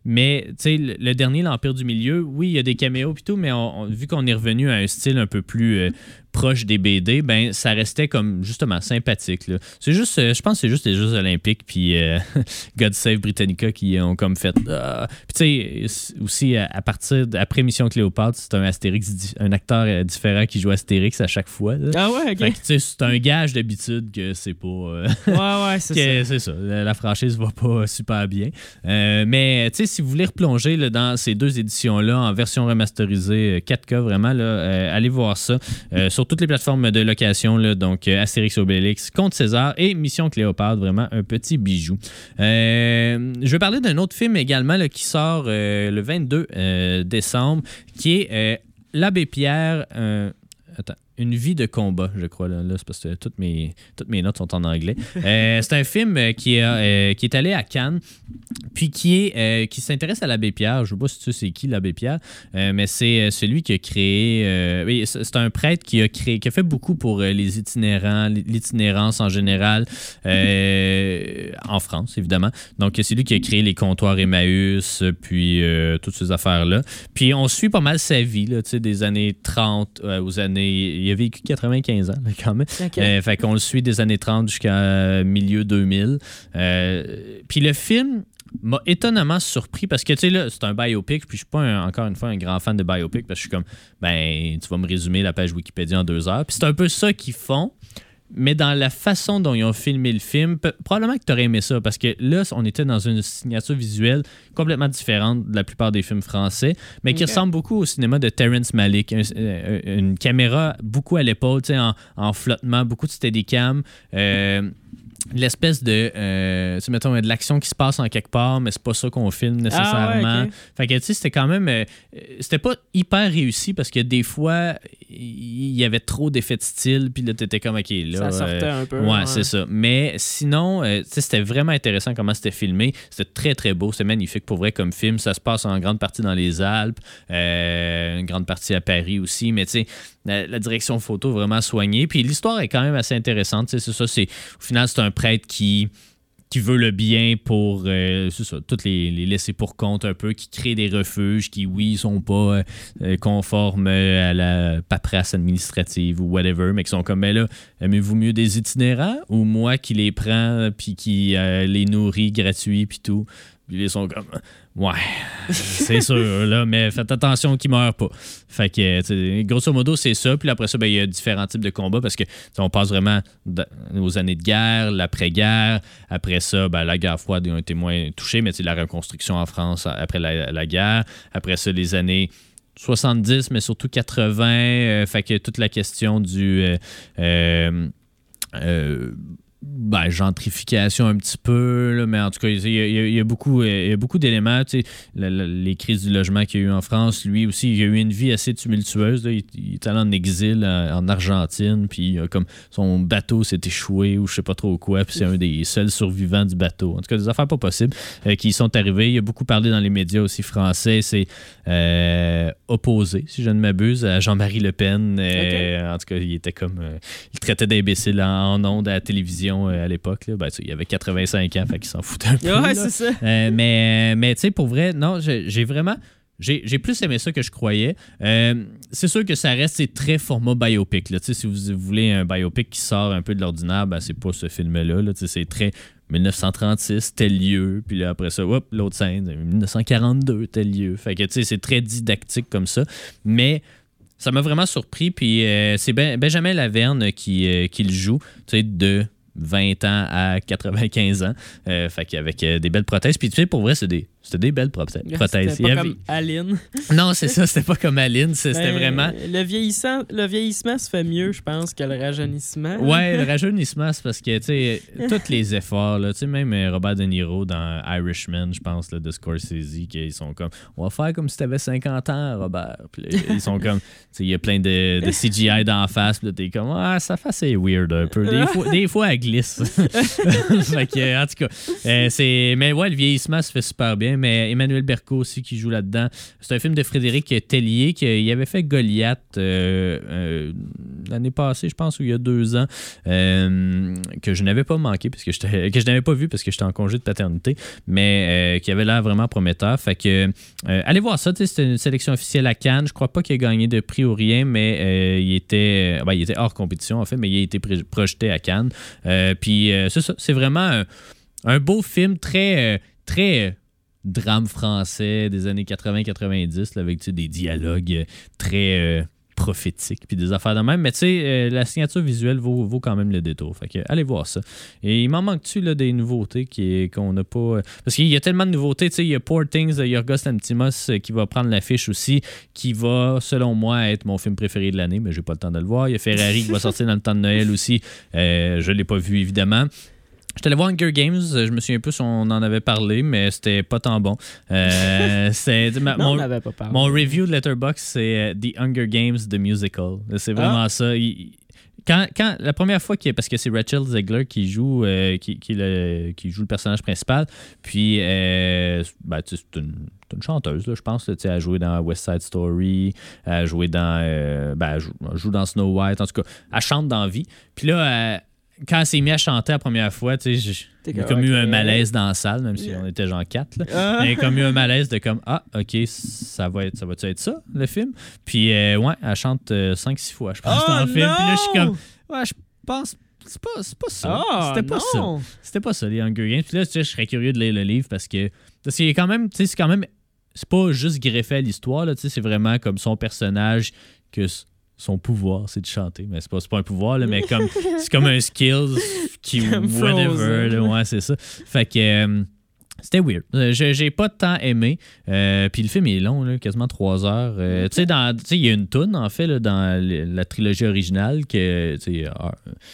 Mais, tu sais, le, le dernier, l'Empire du Milieu, oui, il y a des caméos et tout, mais on, on, vu qu'on est revenu à un style un peu plus euh, proche des B D, ben ça restait comme, justement, sympathique. Là. C'est juste, euh, je pense que c'est juste les Jeux olympiques puis euh, God Save Britannica qui ont comme fait... Euh, puis tu sais, aussi, à, à partir après Mission Cléopâtre, c'est un Astérix, un acteur euh, différent qui joue Astérix à chaque fois. Là. Ah ouais, OK. Fait que, tu sais, c'est un gage d'habitude que c'est pas... Euh, ouais, ouais, c'est que, ça. C'est ça. La franchise va pas super bien. Euh, mais, tu sais, si vous voulez replonger là, dans ces deux éditions-là, en version remasterisée, quatre K, vraiment, là, euh, allez voir ça. Euh, sur toutes les plateformes de location, là, donc euh, Astérix Obélix, Comte César et Mission Cléopâtre, vraiment un petit bijou. Euh, je vais parler d'un autre film également là, qui sort euh, le vingt-deux euh, décembre, qui est euh, L'Abbé Pierre. Euh, attends. Une vie de combat, je crois. Là, là c'est parce que toutes mes, toutes mes notes sont en anglais. Euh, c'est un film qui est, euh, qui est allé à Cannes, puis qui, est, euh, qui s'intéresse à l'Abbé Pierre. Je ne sais pas si tu sais c'est qui l'Abbé Pierre, euh, mais c'est celui qui a créé... Euh, oui, c'est un prêtre qui a, créé, qui a fait beaucoup pour les itinérants, l'itinérance en général, euh, en France, évidemment. Donc, c'est lui qui a créé les comptoirs Emmaüs, puis euh, toutes ces affaires-là. Puis, on suit pas mal sa vie, là, des années trente euh, aux années... Il a vécu quatre-vingt-quinze ans, là, quand même. Okay. Euh, fait qu'on le suit des années trente jusqu'à milieu deux mille. Euh, puis le film m'a étonnamment surpris parce que, tu sais, là, c'est un biopic, puis je suis pas, un, encore une fois, un grand fan de biopic parce que je suis comme, ben, tu vas me résumer la page Wikipédia en deux heures. Puis c'est un peu ça qu'ils font. Mais dans la façon dont ils ont filmé le film, p- probablement que tu aurais aimé ça, parce que là, on était dans une signature visuelle complètement différente de la plupart des films français, mais qui okay. ressemble beaucoup au cinéma de Terrence Malick. Un, euh, une caméra beaucoup à l'épaule, en, en flottement, beaucoup de steadicam. Euh, L'espèce de, euh, mettons, de l'action qui se passe en quelque part, mais c'est pas ça qu'on filme nécessairement. Ah ouais, okay. Fait que, tu sais, c'était quand même... Euh, c'était pas hyper réussi parce que des fois, il y avait trop d'effets de style, puis là, t'étais comme, OK, là... Ça sortait euh, un peu. Ouais, ouais. c'est ça. Mais sinon, euh, tu sais, c'était vraiment intéressant comment c'était filmé. C'était très, très beau. C'était magnifique pour vrai comme film. Ça se passe en grande partie dans les Alpes, euh, une grande partie à Paris aussi, mais tu sais... La, la direction photo vraiment soignée. Puis l'histoire est quand même assez intéressante. C'est ça, c'est, au final, c'est un prêtre qui, qui veut le bien pour euh, c'est ça, toutes les, les laisser pour compte un peu, qui crée des refuges qui, oui, sont pas euh, conformes à la paperasse administrative ou whatever, mais qui sont comme, mais là, aimez-vous mieux des itinérants ou moi qui les prends puis qui euh, les nourris gratuits puis tout? Puis ils sont comme, ouais, c'est sûr, là, mais faites attention qu'ils ne meurent pas. Fait que, grosso modo, c'est ça. Puis après ça, ben, il y a différents types de combats parce que on passe vraiment aux années de guerre, l'après-guerre. Après ça, ben, la guerre froide, ils ont été moins touchés, mais la reconstruction en France après la, la guerre. Après ça, les années soixante-dix, mais surtout quatre-vingts. Euh, fait que toute la question du... Euh, euh, euh, Ben, gentrification un petit peu, là, mais en tout cas, il y, y, y a beaucoup, y a beaucoup d'éléments. Tu sais, la, la, les crises du logement qu'il y a eu en France, lui aussi, il a eu une vie assez tumultueuse. Là. Il, il est allé en exil en, en Argentine, puis comme son bateau s'est échoué ou je sais pas trop quoi, puis c'est un des seuls survivants du bateau. En tout cas, des affaires pas possibles euh, qui sont arrivées. Il a beaucoup parlé dans les médias aussi français. C'est euh, opposé, si je ne m'abuse, à Jean-Marie Le Pen. Euh, okay. En tout cas, il était comme... Euh, il traitait d'imbécile en, en ondes à la télévision à l'époque. Là. Ben, il avait quatre-vingt-cinq ans, fait qu'il s'en foutait un peu. Ouais, là. c'est ça. Euh, mais mais tu sais, pour vrai, non, j'ai, j'ai vraiment... J'ai, j'ai plus aimé ça que je croyais. Euh, c'est sûr que ça reste c'est très format biopic. Là. Si vous voulez un biopic qui sort un peu de l'ordinaire, ben, c'est pas ce film-là. Là. C'est très dix-neuf cent trente-six, tel lieu. Puis là, après ça, hop, l'autre scène, dix-neuf cent quarante-deux, tel lieu. Fait que c'est très didactique comme ça. Mais... ça m'a vraiment surpris. Puis euh, c'est ben, Benjamin Laverne qui, euh, qui le joue, tu sais, de vingt ans à quatre-vingt-quinze ans. Euh, fait qu'avec euh, des belles prothèses. Puis tu sais, pour vrai, c'est des, c'était des belles prothèses. C'était Il pas avait... comme Aline. Non, c'est ça, c'était pas comme Aline. C'était ben, vraiment... Le, vieillissant, le vieillissement se fait mieux, je pense, que le rajeunissement. Ouais, le rajeunissement, c'est parce que, tu sais, tous les efforts, tu sais, même Robert De Niro dans Irishman, je pense, là, de Scorsese, qu'ils sont comme, on va faire comme si t'avais cinquante ans, Robert. Puis là, ils sont comme, tu sais, il y a plein de, de C G I d'en face, puis là, t'es comme, ah, sa face est weird un peu. Des fois, des fois elle glisse. Fait que, en tout cas, euh, c'est... mais ouais, le vieillissement se fait super bien. complet, mais Emmanuel Berco aussi qui joue là-dedans. C'est un film de Frédéric Tellier qui avait fait Goliath euh, euh, l'année passée, je pense, ou il y a deux ans, euh, que je n'avais pas manqué, parce que, que je n'avais pas vu parce que j'étais en congé de paternité, mais euh, qui avait l'air vraiment prometteur. Fait que euh, allez voir ça, c'est une sélection officielle à Cannes. Je crois pas qu'il ait gagné de prix ou rien, mais euh, il, était, ben, il était hors compétition en fait, mais il a été pré- projeté à Cannes. Euh, puis euh, c'est ça, c'est vraiment un, un beau film très, euh, très euh, drame français des années quatre-vingts quatre-vingt-dix, là, avec des dialogues très euh, prophétiques, puis des affaires de même. Mais tu sais, euh, la signature visuelle vaut, vaut quand même le détour. Fait que allez voir ça. Et il m'en manque-tu là, des nouveautés qui, qu'on n'a pas... Parce qu'il y a tellement de nouveautés. Tu sais, il y a Poor Things de Yorgos Lanthimos qui va prendre l'affiche aussi, qui va, selon moi, être mon film préféré de l'année, mais j'ai pas le temps de le voir. Il y a Ferrari qui va sortir dans le temps de Noël aussi. Euh, je l'ai pas vu, évidemment. J'étais allé voir Hunger Games, je me souviens plus si on en avait parlé, mais c'était pas tant bon. Euh, c'est, ma, non, mon, on n'avait pas parlé. Mon review de Letterboxd, c'est uh, The Hunger Games, The Musical. C'est vraiment ah. ça. Il, quand, quand, la première fois, qu'il, parce que c'est Rachel Zegler qui joue, euh, qui, qui, le, qui joue le personnage principal, puis euh, ben, c'est une... C'est une chanteuse, là, je pense. Là, elle a joué dans West Side Story, elle a joué dans, euh, ben, elle joue, elle joue dans Snow White. En tout cas, elle chante dans la vie. Puis là, elle, quand elle s'est mise à chanter la première fois, tu sais, j'ai comme okay. eu un malaise dans la salle, même si on était genre quatre. Là. Ah. J'ai comme eu un malaise de comme ah, ok, ça va être, ça va-tu être ça, le film? Puis euh, ouais, elle chante euh, cinq six fois, je pense, oh, dans le non! film. Puis là, je suis comme, ouais, je pense. C'est pas, c'est pas ça. Oh, C'était pas non. ça. C'était pas ça, les Hunger Games. Puis là, tu sais, je serais curieux de lire le livre parce que, parce qu'il est quand même, tu sais, c'est quand même, c'est pas juste greffé à l'histoire, là, tu sais, c'est vraiment comme son personnage que. Son pouvoir, c'est de chanter. Mais c'est pas, c'est pas un pouvoir, là, mais comme, c'est comme un skill qui, whatever. Là, ouais, c'est ça. Fait que euh, c'était weird. Je, j'ai pas tant aimé. Euh, Puis le film est long, là, quasiment trois heures. Euh, tu sais, il y a une toune, en fait, là, dans la trilogie originale que, tu sais, ah,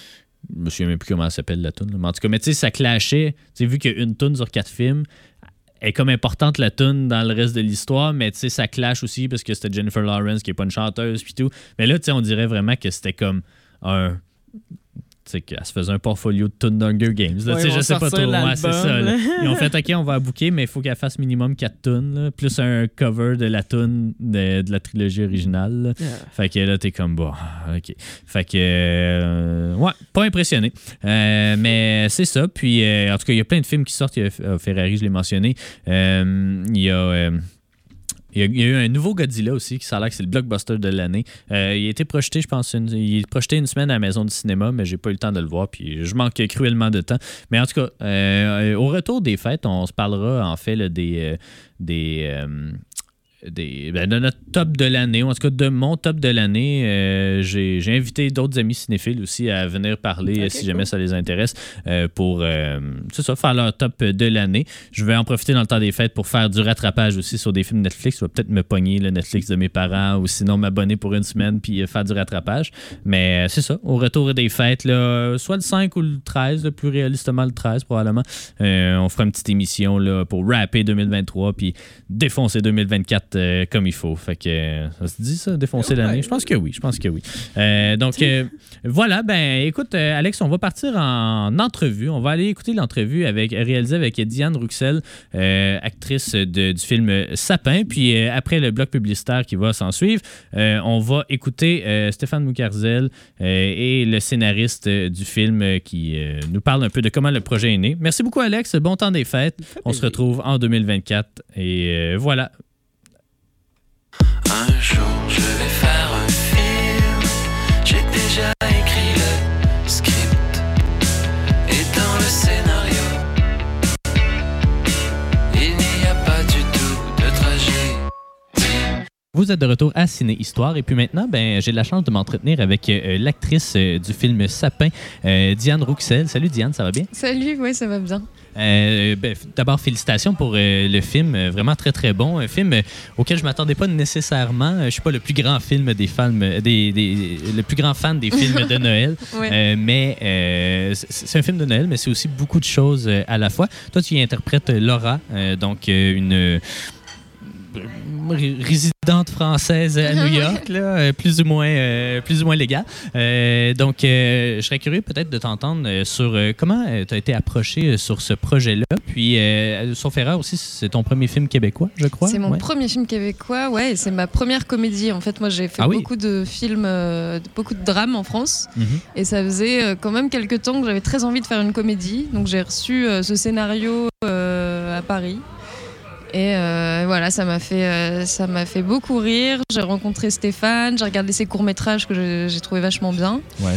je me souviens même plus comment elle s'appelle, la toune. Mais en tout cas, mais tu sais, ça clashait. Tu sais, vu qu'il y a une toune sur quatre films, est comme importante la toune dans le reste de l'histoire, mais tu sais, ça clash aussi parce que c'était Jennifer Lawrence qui est pas une chanteuse puis tout. Mais là, tu sais, on dirait vraiment que c'était comme un... Tu sais, qu'elle se faisait un portfolio de tunes d'Hunger Games. Là, ouais, je sais pas trop. Ouais, c'est ça. Là. Ils ont fait, OK, on va booker, mais il faut qu'elle fasse minimum quatre tunes, là, plus un cover de la tune de, de la trilogie originale. Yeah. Fait que là, t'es comme, bon, OK. Fait que, euh, ouais, pas impressionné. Euh, mais c'est ça. Puis, euh, en tout cas, il y a plein de films qui sortent. Il y a Ferrari, je l'ai mentionné. Euh, il y a... Euh, Il y, a, il y a eu un nouveau Godzilla aussi, qui ça a l'air que c'est le blockbuster de l'année. Euh, il a été projeté, je pense, une, il est projeté une semaine à la Maison du cinéma, mais j'ai pas eu le temps de le voir, puis je manque cruellement de temps. Mais en tout cas, euh, au retour des fêtes, on se parlera en fait là, des... Euh, des euh, Des, ben de notre top de l'année, ou en tout cas de mon top de l'année. Euh, j'ai, j'ai invité d'autres amis cinéphiles aussi à venir parler okay, si cool. jamais ça les intéresse euh, pour euh, c'est ça, faire leur top de l'année. Je vais en profiter dans le temps des fêtes pour faire du rattrapage aussi sur des films Netflix. Je vais peut-être me pogner le Netflix de mes parents ou sinon m'abonner pour une semaine puis faire du rattrapage. Mais euh, c'est ça, au retour des fêtes, là, soit le cinq ou le treize, là, plus réalistement le treize probablement. Euh, on fera une petite émission là, pour rapper deux mille vingt-trois puis défoncer deux mille vingt-quatre Euh, comme il faut. Fait que euh, ça se dit ça, défoncer ouais. l'année? Je pense que oui, je pense que oui. Euh, donc euh, voilà, ben écoute, euh, Alex, on va partir en entrevue. On va aller écouter l'entrevue avec, réalisée avec Diane Rouxel, euh, actrice de, du film Sapin. Puis euh, après le bloc publicitaire qui va s'en suivre, euh, on va écouter euh, Stéphane Moukarzel euh, et le scénariste euh, du film euh, qui euh, nous parle un peu de comment le projet est né. Merci beaucoup, Alex. Bon temps des fêtes. On se retrouve en deux mille vingt-quatre. Et euh, voilà. Un jour je vais faire un film. J'ai déjà écrit le script et dans le scénario il n'y a pas du tout de trajet. Vous êtes de retour à Ciné Histoire et puis maintenant, ben, j'ai la chance de m'entretenir avec euh, l'actrice euh, du film Sapin, euh, Diane Rouxel. Salut Diane, ça va bien? Salut, oui, ça va bien. Euh, ben, d'abord, félicitations pour euh, le film, euh, vraiment très très bon. Un film euh, auquel je ne m'attendais pas nécessairement. Euh, je ne suis pas le plus grand film des films, des, des, le plus grand fan des films de Noël, ouais. euh, mais euh, c'est, c'est un film de Noël, mais c'est aussi beaucoup de choses euh, à la fois. Toi, tu y interprètes Laura, euh, donc euh, une ré- résidente française à New York, là, euh, plus ou moins, euh, plus ou moins légale. Euh, donc, euh, je serais curieux peut-être de t'entendre euh, sur euh, comment tu as été approché euh, sur ce projet-là. Puis, euh, sauf erreur aussi, c'est ton premier film québécois, je crois. C'est mon ouais. premier film québécois, ouais, et c'est ma première comédie. En fait, moi, j'ai fait Ah oui? beaucoup de films, euh, beaucoup de drames en France, Mm-hmm. et ça faisait euh, quand même quelques temps que j'avais très envie de faire une comédie. Donc, j'ai reçu euh, ce scénario euh, à Paris. Et euh, voilà, ça m'a fait, euh, ça m'a fait beaucoup rire. J'ai rencontré Stéphane, j'ai regardé ses courts-métrages que j'ai, j'ai trouvé vachement bien. Ouais.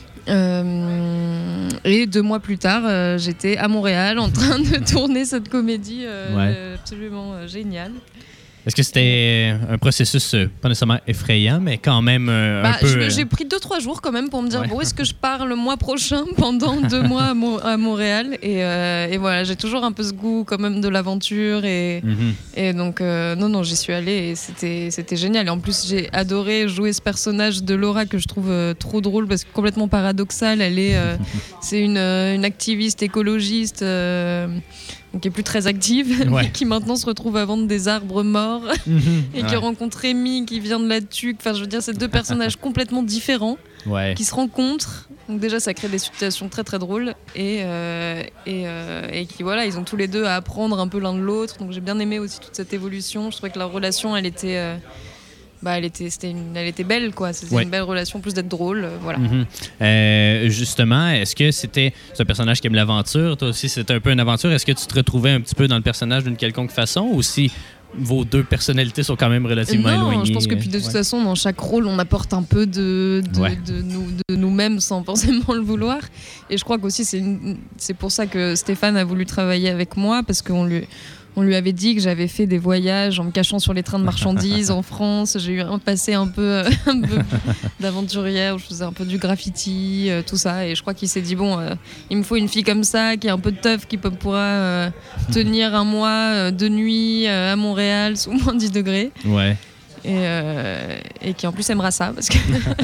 Euh, et deux mois plus tard, euh, j'étais à Montréal en train de tourner cette comédie euh, Ouais. absolument euh, géniale. Est-ce que c'était un processus euh, pas nécessairement effrayant, mais quand même euh, Bah, un peu... je- euh, j'ai pris deux trois jours quand même pour me dire Ouais. bon, est-ce que je pars le mois prochain pendant deux mois à, Mo- à Montréal et, euh, et voilà, j'ai toujours un peu ce goût quand même de l'aventure et, mhm. et donc euh, non non j'y suis allée et c'était c'était génial et en plus j'ai adoré jouer ce personnage de Laura que je trouve euh, trop drôle parce que complètement paradoxale. Elle est euh, c'est une, euh, une activiste écologiste euh, qui est plus très active, Ouais. mais qui maintenant se retrouve à vendre des arbres morts Mhm. et qui Ouais. rencontre Rémi qui vient de la tuque. Enfin, je veux dire, c'est deux personnages complètement différents Ouais. qui se rencontrent. Donc déjà, ça crée des situations très très drôles et euh, et, euh, et qui voilà, ils ont tous les deux à apprendre un peu l'un de l'autre. Donc j'ai bien aimé aussi toute cette évolution. Je trouvais que leur relation, elle était euh, bah, elle était, c'était une, elle était belle, quoi. C'était Ouais. une belle relation, plus d'être drôle, euh, voilà. Mhm. Euh, justement, est-ce que c'était c'est un personnage qui aime l'aventure? Toi aussi, c'était un peu une aventure. Est-ce que tu te retrouvais un petit peu dans le personnage d'une quelconque façon ou si vos deux personnalités sont quand même relativement Non, éloignées? je pense que puis de toute Ouais. façon, dans chaque rôle, on apporte un peu de, de, Ouais. de nous, de nous-mêmes sans forcément le vouloir. Et je crois qu'aussi, c'est, une- c'est pour ça que Stéphane a voulu travailler avec moi, parce qu'on lui, on lui avait dit que j'avais fait des voyages en me cachant sur les trains de marchandises en France. J'ai eu un passé un peu, un peu d'aventurière, où je faisais un peu du graffiti, euh, tout ça. Et je crois qu'il s'est dit, bon, euh, il me faut une fille comme ça, qui est un peu teuf, qui peut, pourra euh, tenir un mois euh, de nuit euh, à Montréal sous moins dix degrés. Ouais. Et, euh, et qui en plus aimera ça parce que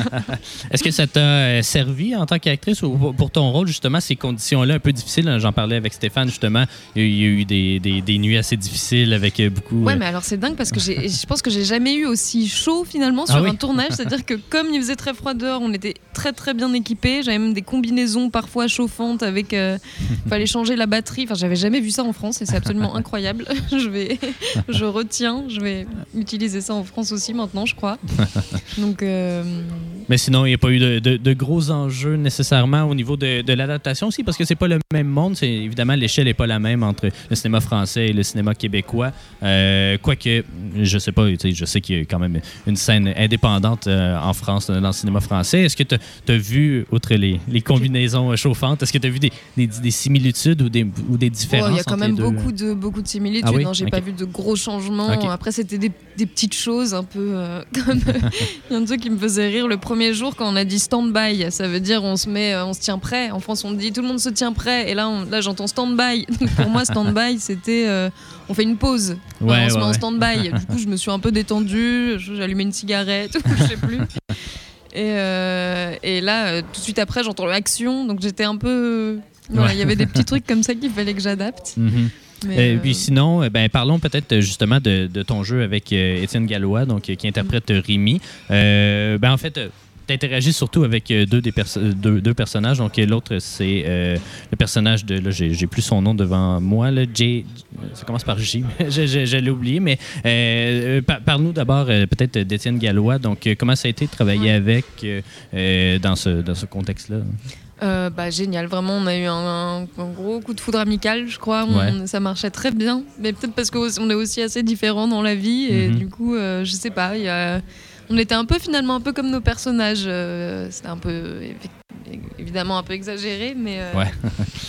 Est-ce que ça t'a euh, servi en tant qu'actrice ou pour- pour ton rôle, justement, ces conditions-là un peu difficiles? J'en parlais avec Stéphane, justement. Il y a il y a eu des, des, des nuits assez difficiles avec euh, beaucoup... ouais, euh, mais alors c'est dingue parce que j'ai, je pense que j'ai jamais eu aussi chaud finalement sur Ah oui? un tournage, c'est-à-dire que comme il faisait très froid dehors, on était très très bien équipés, j'avais même des combinaisons parfois chauffantes avec euh, fallait changer la batterie, enfin j'avais jamais vu ça en France et c'est absolument incroyable. je vais je retiens, je vais utiliser ça en France aussi maintenant, je crois. Donc euh, Mais sinon, il n'y a pas eu de, de- de gros enjeux nécessairement au niveau de, de l'adaptation aussi, parce que c'est pas le même monde. C'est, évidemment, l'échelle n'est pas la même entre le cinéma français et le cinéma québécois. Euh, quoique, je sais pas, tu sais, je sais qu'il y a quand même une scène indépendante euh, en France dans le cinéma français. Est-ce que tu as vu, outre les, les combinaisons euh, chauffantes, est-ce que tu as vu des, des, des similitudes ou des, ou des oh, différences? il y a quand entre même les deux? beaucoup de beaucoup de similitudes. Ah oui? Non, j'ai Ok. pas vu de gros changements. Ok. Après, c'était des, des petites choses un peu euh, comme il y a un truc qui me faisait rire le premier jour quand on a dit stand-by. Ça veut dire on se met, euh, on se tient prêt. En France, on dit tout le monde se tient prêt. Et là, on- là, j'entends stand-by. Donc, pour moi, stand-by, c'était euh, on fait une pause. Voilà, Ouais, on se ouais, met en ouais. stand-by. Du coup, je me suis un peu détendue. je- J'allumais une cigarette, ou je sais plus. Et, euh, et là, euh, tout de suite après, j'entends l'action. Donc j'étais un peu. Voilà, il Ouais. y avait des petits trucs comme ça qu'il fallait que j'adapte. Mhm. Mais, Et euh, puis sinon, euh, ben, parlons peut-être euh, justement de, de ton jeu avec euh, Étienne Gallois, donc, euh, qui interprète euh, Rémi. Euh, ben, en fait, tu interagis surtout avec euh, deux, des perso- deux, deux personnages. Donc, euh, l'autre, c'est euh, le personnage de... Là, j'ai, j'ai plus son nom devant moi. Là, J, ça commence par J. je, je, je l'ai oublié. Mais euh, par- parle-nous d'abord euh, peut-être d'Étienne Gallois. Donc, euh, comment ça a été de travailler Ouais. avec euh, euh, dans, ce, dans ce contexte-là? Euh, bah, génial, vraiment, on a eu un, un- un gros coup de foudre amical, je crois. On- Ouais. Ça marchait très bien, mais peut-être parce qu'on est aussi assez différents dans la vie, et Mhm. du coup, euh, je sais pas, il y a- on était un peu finalement un peu comme nos personnages. euh, C'était un peu, évi- évidemment, un peu exagéré, mais. euh, Ouais.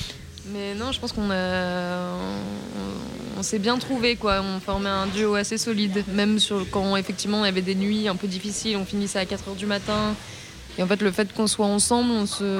Mais non, je pense qu'on a, on, on s'est bien trouvé, quoi. On formait un duo assez solide, même sur quand effectivement il y avait des nuits un peu difficiles, on finissait à quatre heures du matin. Et en fait, le fait qu'on soit ensemble, on se...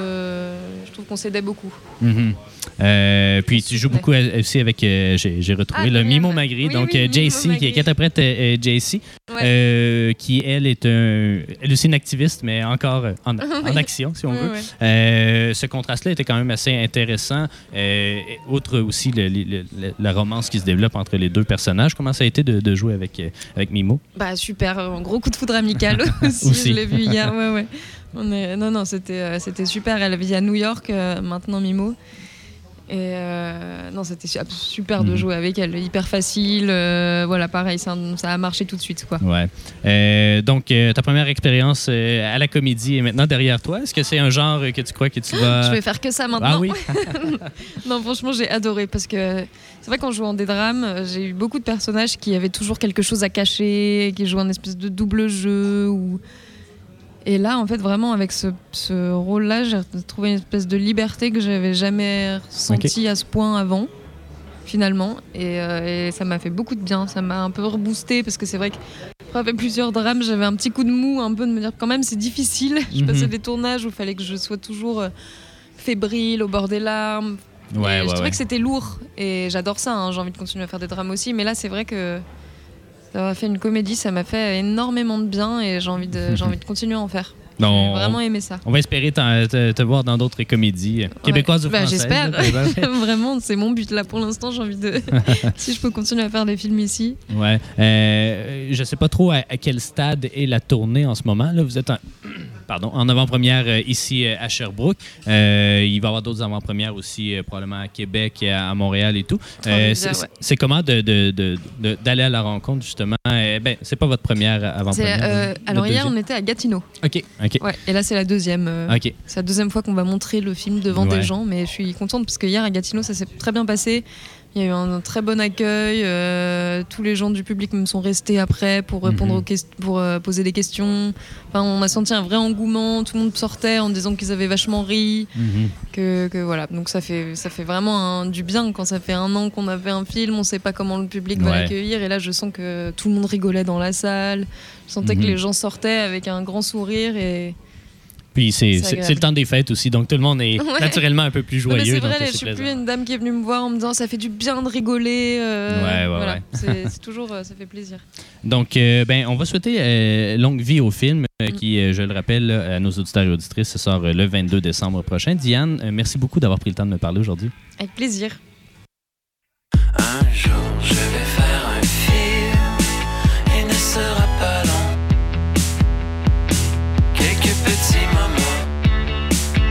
je trouve qu'on s'aidait beaucoup. Mm-hmm. Euh, puis tu joues beaucoup aussi avec, euh, j'ai, j'ai retrouvé Ah, le Myriam. Mimo Magri, Oui, donc oui, euh, Mimo J C, qui, Magri. qui interprète euh, J C, Ouais. euh, qui elle est un, elle aussi une activiste, mais encore euh, en, en action, si on Ouais, veut. ouais. Euh, ce contraste-là était quand même assez intéressant. Euh, outre aussi le- le- le- la romance qui se développe entre les deux personnages, comment ça a été de, de jouer avec, euh, avec Mimo? Bah super, un gros coup de foudre amical aussi, Aussi. je l'ai vu hier. Ouais, ouais. On est... Non, non, c'était, euh, c'était super. Elle vit à New York, euh, maintenant Mimo. Et euh, non, c'était su- super de Mhm. jouer avec elle, hyper facile. euh, voilà, pareil, ça, ça a marché tout de suite, quoi. Ouais. Euh, donc, euh, ta première expérience euh, à la comédie est maintenant derrière toi. Est-ce que c'est un genre que tu crois que tu vas... Je vais faire que ça maintenant. Ah oui? Non, franchement, j'ai adoré parce que c'est vrai qu'en jouant des drames, j'ai eu beaucoup de personnages qui avaient toujours quelque chose à cacher, qui jouaient un espèce de double jeu. Ou... Et là, en fait, vraiment, avec ce, ce rôle-là, j'ai trouvé une espèce de liberté que j'avais jamais ressentie à ce point avant, finalement. Et, euh, et ça m'a fait beaucoup de bien. Ça m'a un peu reboosté parce que c'est vrai qu'après avoir fait plusieurs drames, j'avais un petit coup de mou, un peu de me dire quand même, c'est difficile. Je Mhm. passais des tournages où il fallait que je sois toujours euh, fébrile, au bord des larmes. Ouais, Et ouais, je trouvais ouais. que c'était lourd et j'adore ça, hein. J'ai envie de continuer à faire des drames aussi, mais là c'est vrai que d'avoir fait une comédie, ça m'a fait énormément de bien et j'ai envie de, j'ai envie de continuer à en faire. Non, J'ai vraiment aimé ça. on va espérer t'en- te, te voir dans d'autres comédies euh, québécoises ou Bah, françaises. j'espère. là, peut-être. Vraiment, c'est mon but là pour l'instant. J'ai envie de. Si je peux continuer à faire des films ici. Ouais. Euh, je sais pas trop à, à quel stade est la tournée en ce moment. Là, vous êtes en, pardon, en avant-première euh, ici euh, à Sherbrooke. Euh, il va y avoir d'autres avant-premières aussi, euh, probablement à Québec, à, à Montréal et tout. Trois médias, c'est, ouais. c'est comment de, de- de- de- d'aller à la rencontre, justement? Euh, ben, c'est pas votre première avant-première. C'est, euh, la alors hier, deuxième? on était à Gatineau. OK, OK. Ouais, et là, c'est la deuxième. euh, OK. C'est la deuxième fois qu'on va montrer le film devant Ouais. des gens, mais je suis contente parce que hier à Gatineau, ça s'est très bien passé. Il y a eu un, un très bon accueil. euh, tous les gens du public me sont restés après pour répondre Mhm. aux questions, pour euh, poser des questions. Enfin, on a senti un vrai engouement. Tout le monde sortait en disant qu'ils avaient vachement ri. Mhm. Que, que voilà. Donc ça fait ça fait vraiment un- du bien quand ça fait un an qu'on a fait un film. On sait pas comment le public va Ouais. l'accueillir. Et là, je sens que tout le monde rigolait dans la salle. Je sentais Mhm. que les gens sortaient avec un grand sourire et Puis c'est, C'est c'est, agréable. c'est le temps des fêtes aussi, donc tout le monde est Ouais. naturellement un peu plus Non, mais joyeux. c'est donc vrai, c'est je suis plaisant. plus une dame qui est venue me voir en me disant ça fait du bien de rigoler. euh, Ouais, ouais, voilà. ouais. C'est, c'est toujours, euh, ça fait plaisir. Donc, euh, ben, on va souhaiter euh, longue vie au film euh, Mm. qui, euh, je le rappelle là, à nos auditeurs et auditrices, sort euh, le vingt-deux décembre prochain. Diane, euh, merci beaucoup d'avoir pris le temps de me parler aujourd'hui. Avec plaisir. Un jour je vais faire un film, il ne sera pas long. Quelques petits moments,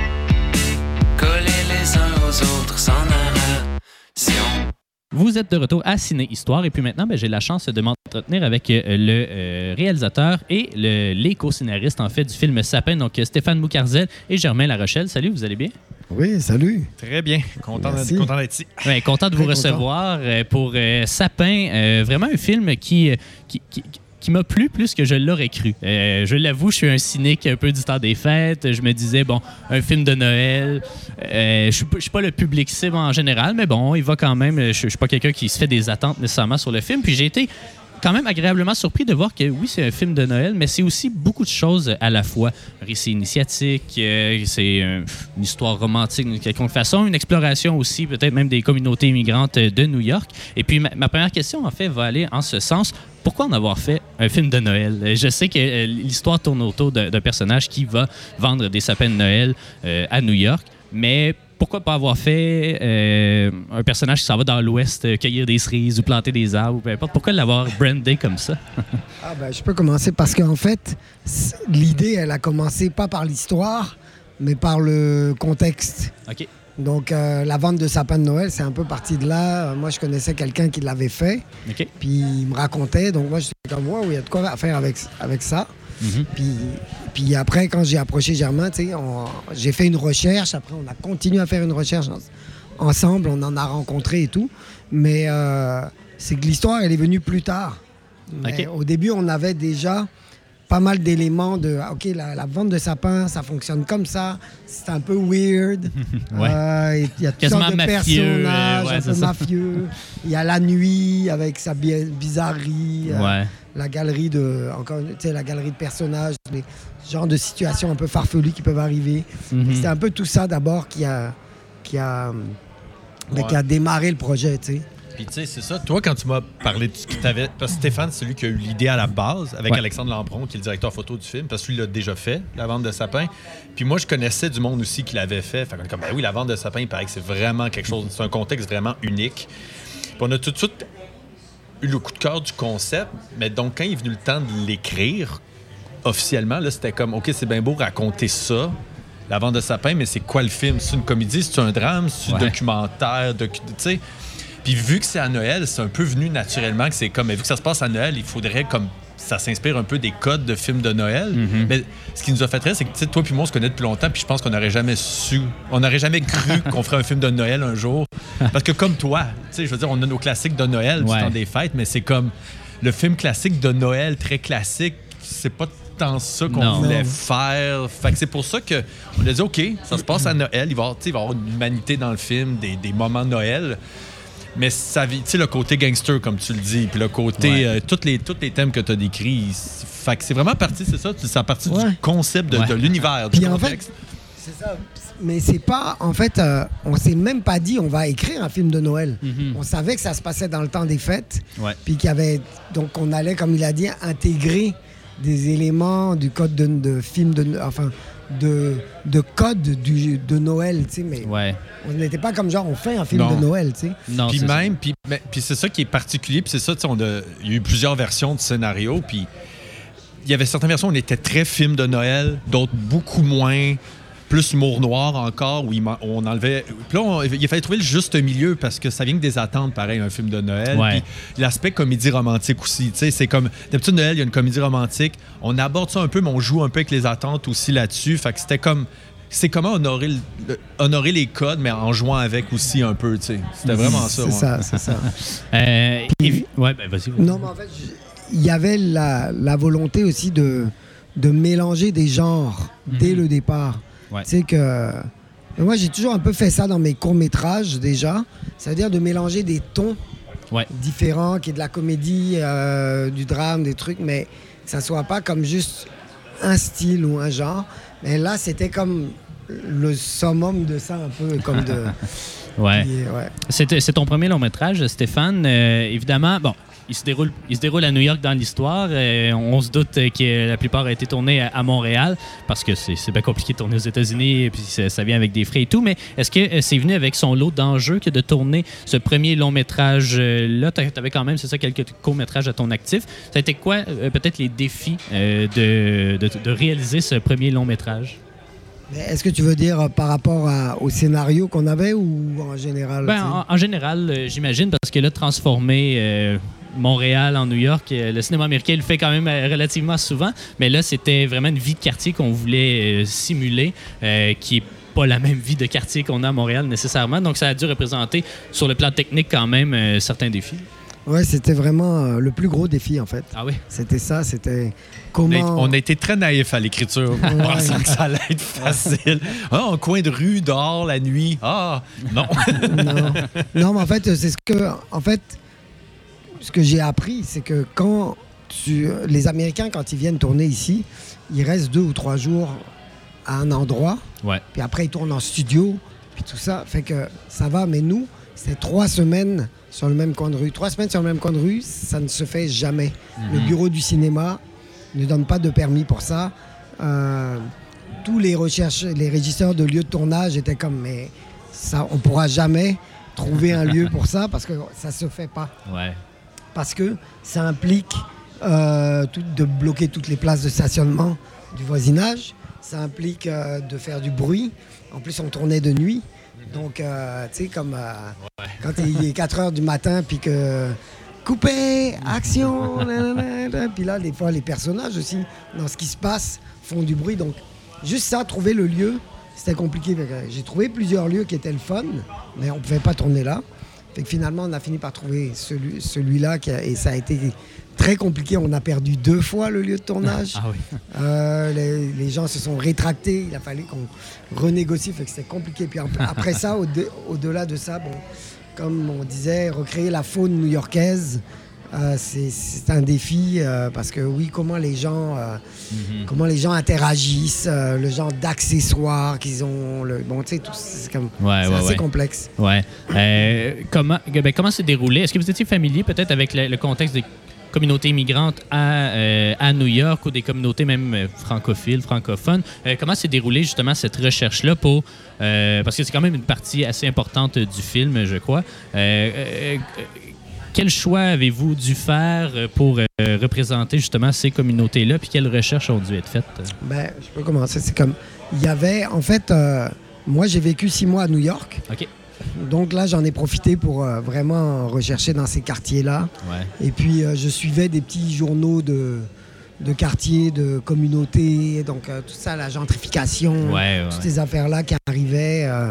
collés les uns aux autres sans narration. Vous êtes de retour à Ciné Histoire et puis maintenant, ben, j'ai la chance de m'entretenir avec euh, le euh, réalisateur et le, les co-scénaristes en fait du film Sapin, donc euh, Stéphane Boucarzel et Germain Larochelle. Salut, vous allez bien? Oui, salut. Très bien. Content, Merci. d'être, content d'être ici. Ouais, content de vous Très content. recevoir euh, pour euh, Sapin. Euh, vraiment un film qui, euh, qui, qui, qui m'a plu plus que je l'aurais cru. Euh, je l'avoue, je suis un cynique un peu du temps des fêtes. Je me disais, bon, un film de Noël. Euh, je suis pas- je suis pas le public cible en général, mais bon, il va quand même. Je, je suis pas quelqu'un qui se fait des attentes nécessairement sur le film. Puis j'ai été quand même agréablement surpris de voir que oui, c'est un film de Noël, mais c'est aussi beaucoup de choses à la fois. Un récit initiatique, euh, c'est un- une histoire romantique d'une quelconque façon, une exploration aussi peut-être même des communautés immigrantes de New York. Et puis ma, ma première question, en fait, va aller en ce sens. Pourquoi en avoir fait un film de Noël? Euh, Je sais que euh, l'histoire tourne autour d'un d'un personnage qui va vendre des sapins de Noël euh, à New York, mais pourquoi pas avoir fait euh, un personnage qui s'en va dans l'Ouest euh, cueillir des cerises ou planter des arbres, ou peu importe. Pourquoi l'avoir brandé comme ça? Ah ben, je peux commencer parce qu'en fait, c- l'idée, elle a commencé pas par l'histoire, mais par le contexte. OK. Donc, euh, la vente de sapins de Noël, c'est un peu parti de là. Euh, Moi, je connaissais quelqu'un qui l'avait fait, OK. puis il me racontait. Donc, moi, j'étais comme, wow, il y a de quoi à faire avec, avec ça. Mhm. Puis, puis après, quand j'ai approché Germain, tu sais, on- j'ai fait une recherche. Après, on a continué à faire une recherche en- ensemble. On en a rencontré et tout. Mais euh, c'est que l'histoire, elle est venue plus tard. Mais OK. au début, on avait déjà pas mal d'éléments de ah, OK, la, la vente de sapins, ça fonctionne comme ça. C'est un peu weird. Ouais. Euh, il y a toutes Quasiment sortes de mafieux, euh, personnages, ouais, un c'est peu ça. mafieux. Il y a la nuit avec sa bi- bizarrerie. euh, Ouais. la galerie de encore tu sais la galerie de personnages les- ce genre de situations un peu farfelues qui peuvent arriver. Mhm. C'était un peu tout ça d'abord qui a, qui a, ben, Ouais. qui a démarré le projet, tu sais. Puis tu sais, c'est ça. Toi, quand tu m'as parlé de ce que t'avais... Parce que Stéphane, c'est lui qui a eu l'idée à la base, avec Ouais. Alexandre Lampron, qui est le directeur photo du film, parce que lui, il l'a déjà fait, la vente de sapins. Puis moi, je connaissais du monde aussi qui l'avait fait. Fait qu'on est comme, ben oui, la vente de sapins, il paraît que c'est vraiment quelque chose... C'est un contexte vraiment unique. Puis on a tout de suite eu le coup de cœur du concept, mais donc quand il est venu le temps de l'écrire, officiellement, là, c'était comme, OK, c'est bien beau raconter ça, la vente de sapins, mais c'est quoi le film? C'est une comédie? C'est un drame? C'est un Ouais. documentaire? Docu- tu sais... Puis vu que c'est à Noël, c'est un peu venu naturellement que c'est comme... Mais vu que ça se passe à Noël, il faudrait comme... Ça s'inspire un peu des codes de films de Noël. Mhm. Mais ce qui nous a fait rire, c'est que tu sais, toi puis moi, on se connaît depuis longtemps, puis je pense qu'on n'aurait jamais su... On n'aurait jamais cru qu'on ferait un film de Noël un jour. Parce que comme toi, tu sais, je veux dire, on a nos classiques de Noël du Ouais. temps des fêtes, mais c'est comme... Le film classique de Noël, très classique, c'est pas tant ça qu'on Non. voulait Non. faire. Fait que c'est pour ça qu'on a dit, OK, ça se passe à Noël, il va y avoir, tu sais, il va y avoir une humanité dans le film, des, des moments de Noël. Mais ça, vi- tu sais, le côté gangster, comme tu le dis, puis le côté, Ouais. euh, tous les, tous les thèmes que tu as décrits, c'est- fait que c'est vraiment parti, c'est ça, c'est partie Ouais. du concept de, Ouais. de l'univers, du Puis en fait, contexte. c'est ça. Mais c'est pas... En fait, euh, on s'est même pas dit on va écrire un film de Noël. Mhm. On savait que ça se passait dans le temps des fêtes. Ouais. Puis qu'il y avait... Donc, on allait, comme il a dit, intégrer des éléments du code de, de film de... Enfin, de, de code du, de Noël, tu sais. Mais Ouais. on n'était pas comme genre, on fait un film Non. de Noël, tu sais. Non, Puis c'est ça. même, puis mais- puis c'est ça qui est particulier, puis c'est ça, tu sais, on a, il y a eu plusieurs versions du scénario, puis il y avait certaines versions où on était très film de Noël, d'autres beaucoup moins, plus humour noir encore, où il man- on enlevait... Puis là, on- il fallait trouver le juste milieu, parce que ça vient que des attentes, pareil, un film de Noël. Ouais. Puis l'aspect comédie romantique aussi, tu sais, c'est comme... D'habitude, Noël, il y a une comédie romantique, on aborde ça un peu, mais on joue un peu avec les attentes aussi là-dessus, fait que c'était comme... C'est comment honorer, le- le- honorer les codes, mais en jouant avec aussi un peu, tu sais. C'était vraiment ça. C'est ouais. ça, c'est ça. Euh, évi- ouais, ben vas-y. vas-y. Non, mais en fait, j- il y avait la, la volonté aussi de, de mélanger des genres dès le départ. Ouais. Tu sais que... mais moi, j'ai toujours un peu fait ça dans mes courts-métrages, déjà. C'est-à-dire de mélanger des tons Ouais. différents, qui est de la comédie, euh, du drame, des trucs, mais que ça soit pas comme juste un style ou un genre. Mais là, c'était comme le summum de ça, un peu comme de... Ouais. Puis, ouais. C'est c'est ton premier long métrage, Stéphane. Euh, évidemment, bon, il se déroule, il se déroule à New York dans l'histoire. Euh, on se doute que la plupart a été tourné à, à Montréal parce que c'est c'est bien compliqué de tourner aux États-Unis et puis ça, ça vient avec des frais et tout. Mais est-ce que euh, c'est venu avec son lot d'enjeux que de tourner ce premier long métrage-là? Tu avais quand même, c'est ça, quelques courts-métrages à ton actif. Ça a été quoi, euh, peut-être, les défis euh, de, de, de réaliser ce premier long métrage? Mais est-ce que tu veux dire euh, par rapport à- au scénario qu'on avait ou en général? Ben, tu sais? en, en général, euh, j'imagine, parce que là, transformer euh, Montréal en New York, euh, le cinéma américain le fait quand même euh, relativement souvent, mais là, c'était vraiment une vie de quartier qu'on voulait euh, simuler, euh, qui est pas la même vie de quartier qu'on a à Montréal nécessairement. Donc, ça a dû représenter, sur le plan technique, quand même, euh, certains défis. Ouais, c'était vraiment euh, le plus gros défi, en fait. Ah oui? C'était ça, c'était On a, comment... on a été très naïfs à l'écriture, pensant que ça allait être facile. Ah, un coin de rue, dehors, la nuit. Ah, non. non. non, mais en fait, c'est ce que... En fait, ce que j'ai appris, c'est que quand tu... les Américains, quand ils viennent tourner ici, ils restent deux ou trois jours à un endroit, Ouais. puis après, ils tournent en studio, puis tout ça. Fait que ça va, mais nous, c'était trois semaines sur le même coin de rue. Trois semaines sur le même coin de rue, ça ne se fait jamais. Le bureau du cinéma ne donne pas de permis pour ça. Euh, tous les recherches, les régisseurs de lieux de tournage étaient comme, mais ça, on pourra jamais trouver un lieu pour ça parce que ça se fait pas. Ouais. Parce que ça implique euh, tout- de bloquer toutes les places de stationnement du voisinage. Ça implique euh, de faire du bruit. En plus, on tournait de nuit. Donc, euh, tu sais, comme euh, quand il est quatre heures du matin, puis que coupé, action, nanana, puis là, des fois, les personnages aussi, dans ce qui se passe, font du bruit. Donc, juste ça, trouver le lieu, c'était compliqué. Fait que j'ai trouvé plusieurs lieux qui étaient le fun, mais on ne pouvait pas tourner là. Fait que finalement, on a fini par trouver celui, celui-là, qui a- et ça a été très compliqué. On a perdu deux fois le lieu de tournage. Ah oui. Euh, les, les gens se sont rétractés. Il a fallu qu'on renégocie. Fait que c'était compliqué. Puis ap- après ça, au- au-delà de ça, bon, comme on disait, recréer la faune new-yorkaise, Euh, c'est, c'est un défi euh, parce que oui, comment les gens, euh, Mhm. comment les gens interagissent, euh, le genre d'accessoires qu'ils ont, le, bon, tu sais, tout, c'est comme, Ouais, c'est ouais, assez ouais. complexe. Ouais. Euh, comment, ben, comment s'est déroulé? Est-ce que vous étiez familier peut-être avec le, le contexte des communautés immigrantes à, euh, à New York ou des communautés même euh, francophiles, francophones? Euh, comment s'est déroulée justement cette recherche-là pour... euh, parce que c'est quand même une partie assez importante du film, je crois. Euh, euh, euh, quel choix avez-vous dû faire pour euh, représenter justement ces communautés-là, puis quelles recherches ont dû être faites? Ben, je peux commencer. C'est comme, il y avait, en fait, euh, moi j'ai vécu six mois à New York. OK. Donc là, j'en ai profité pour euh, vraiment rechercher dans ces quartiers-là. Ouais. Et puis, euh, je suivais des petits journaux de, de quartiers, de communautés, donc euh, tout ça, la gentrification, Ouais, ouais. toutes ces affaires-là qui arrivaient. euh,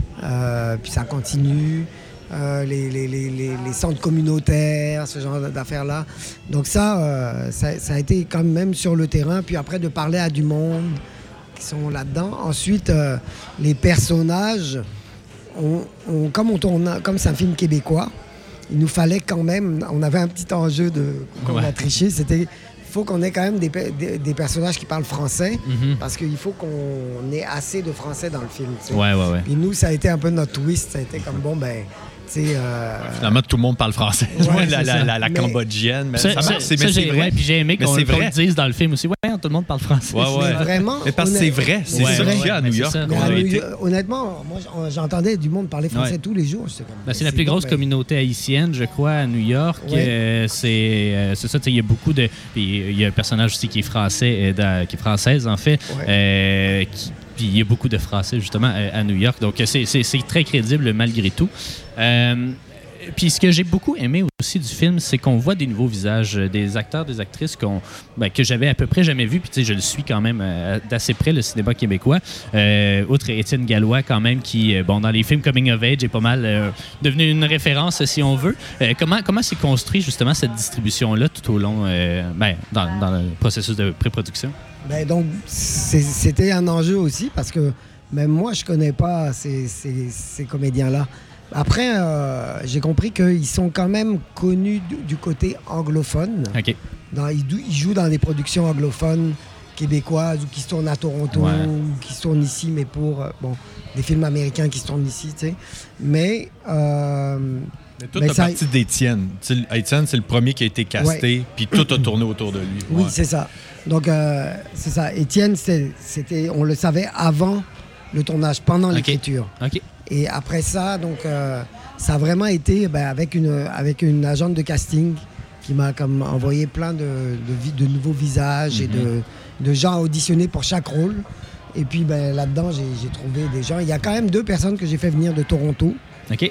euh, puis ça continue. Euh, les, les, les, les, les centres communautaires, ce genre d'affaires-là. Donc ça, euh, ça, ça a été quand même sur le terrain. Puis après, de parler à du monde qui sont là-dedans. Ensuite, euh, les personnages... On, on, comme, on tourne, comme c'est un film québécois, il nous fallait quand même, on avait un petit enjeu de qu'on Ouais. a triché, c'était il faut qu'on ait quand même des, pe- des, des personnages qui parlent français, Mhm. parce qu'il faut qu'on ait assez de français dans le film. Tu sais. Ouais, ouais, ouais. Puis nous, ça a été un peu notre twist, ça a été comme bon, ben, tu sais. euh, Finalement, tout le monde parle français. Ouais, la, c'est la, ça. la, la Mais- cambodgienne. Mais Ça, ça, ça- marche, c'est, ça, mais c'est j'ai, vrai. ouais, puis j'ai aimé Mais qu'on, c'est qu'on vrai. le dise dans le film aussi. Ouais, tout le monde parle français. Ouais, mais ouais. vraiment. Mais parce que honnêt- c'est vrai. C'est Ouais, ça ouais, qu'il y a à ouais, New c'est York. ça. Mais On à a New été- York, honnêtement, moi, j- j'entendais du monde parler français Ouais. tous les jours. J'étais comme, Ben, c'est la c'est plus bon, grosse ben, communauté haïtienne, je crois, à New York. Ouais. Euh, c'est, euh, c'est ça, tu sais, il y a beaucoup de... puis il y a un personnage aussi qui est français, euh, dans- qui est française, en fait. Ouais. Euh, qui- puis il y a beaucoup de Français, justement, euh, à New York. Donc, c'est, c'est, c'est très crédible, malgré tout. Euh, Puis ce que j'ai beaucoup aimé aussi du film, c'est qu'on voit des nouveaux visages, euh, des acteurs, des actrices qu'on, ben, que j'avais à peu près jamais vus. Puis tu sais, je le suis quand même euh, d'assez près, le cinéma québécois. Euh, outre Étienne Gallois, quand même, qui, euh, bon, dans les films Coming of Age, est pas mal euh, devenu une référence, si on veut. Euh, comment, comment s'est construit justement cette distribution-là tout au long, euh, ben, dans, dans le processus de pré-production? Ben donc, c'est- c'était un enjeu aussi parce que même moi, je connais pas ces, ces- ces comédiens-là. Après, euh, j'ai compris qu'ils sont quand même connus du, du côté anglophone. OK. Dans- ils, dou- ils jouent dans des productions anglophones québécoises ou qui se tournent à Toronto Ouais. ou qui se tournent ici, mais pour euh, bon, des films américains qui se tournent ici, tu sais. Mais... euh, Mais tout Mais a ça- parti d'Étienne. Tu sais, Étienne, c'est le premier qui a été casté, puis tout a tourné autour de lui. Oui, Ouais. c'est ça. Donc, euh, c'est ça. Étienne, c'est- c'était, on le savait avant le tournage, pendant Ok. l'écriture. OK. Et après ça, donc, euh, ça a vraiment été ben, avec, une, avec une agente de casting qui m'a comme envoyé plein de, de, vi- de nouveaux visages et de, de gens auditionnés pour chaque rôle. Et puis ben, là-dedans, j'ai, j'ai trouvé des gens. Il y a quand même deux personnes que j'ai fait venir de Toronto. OK.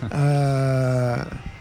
Euh,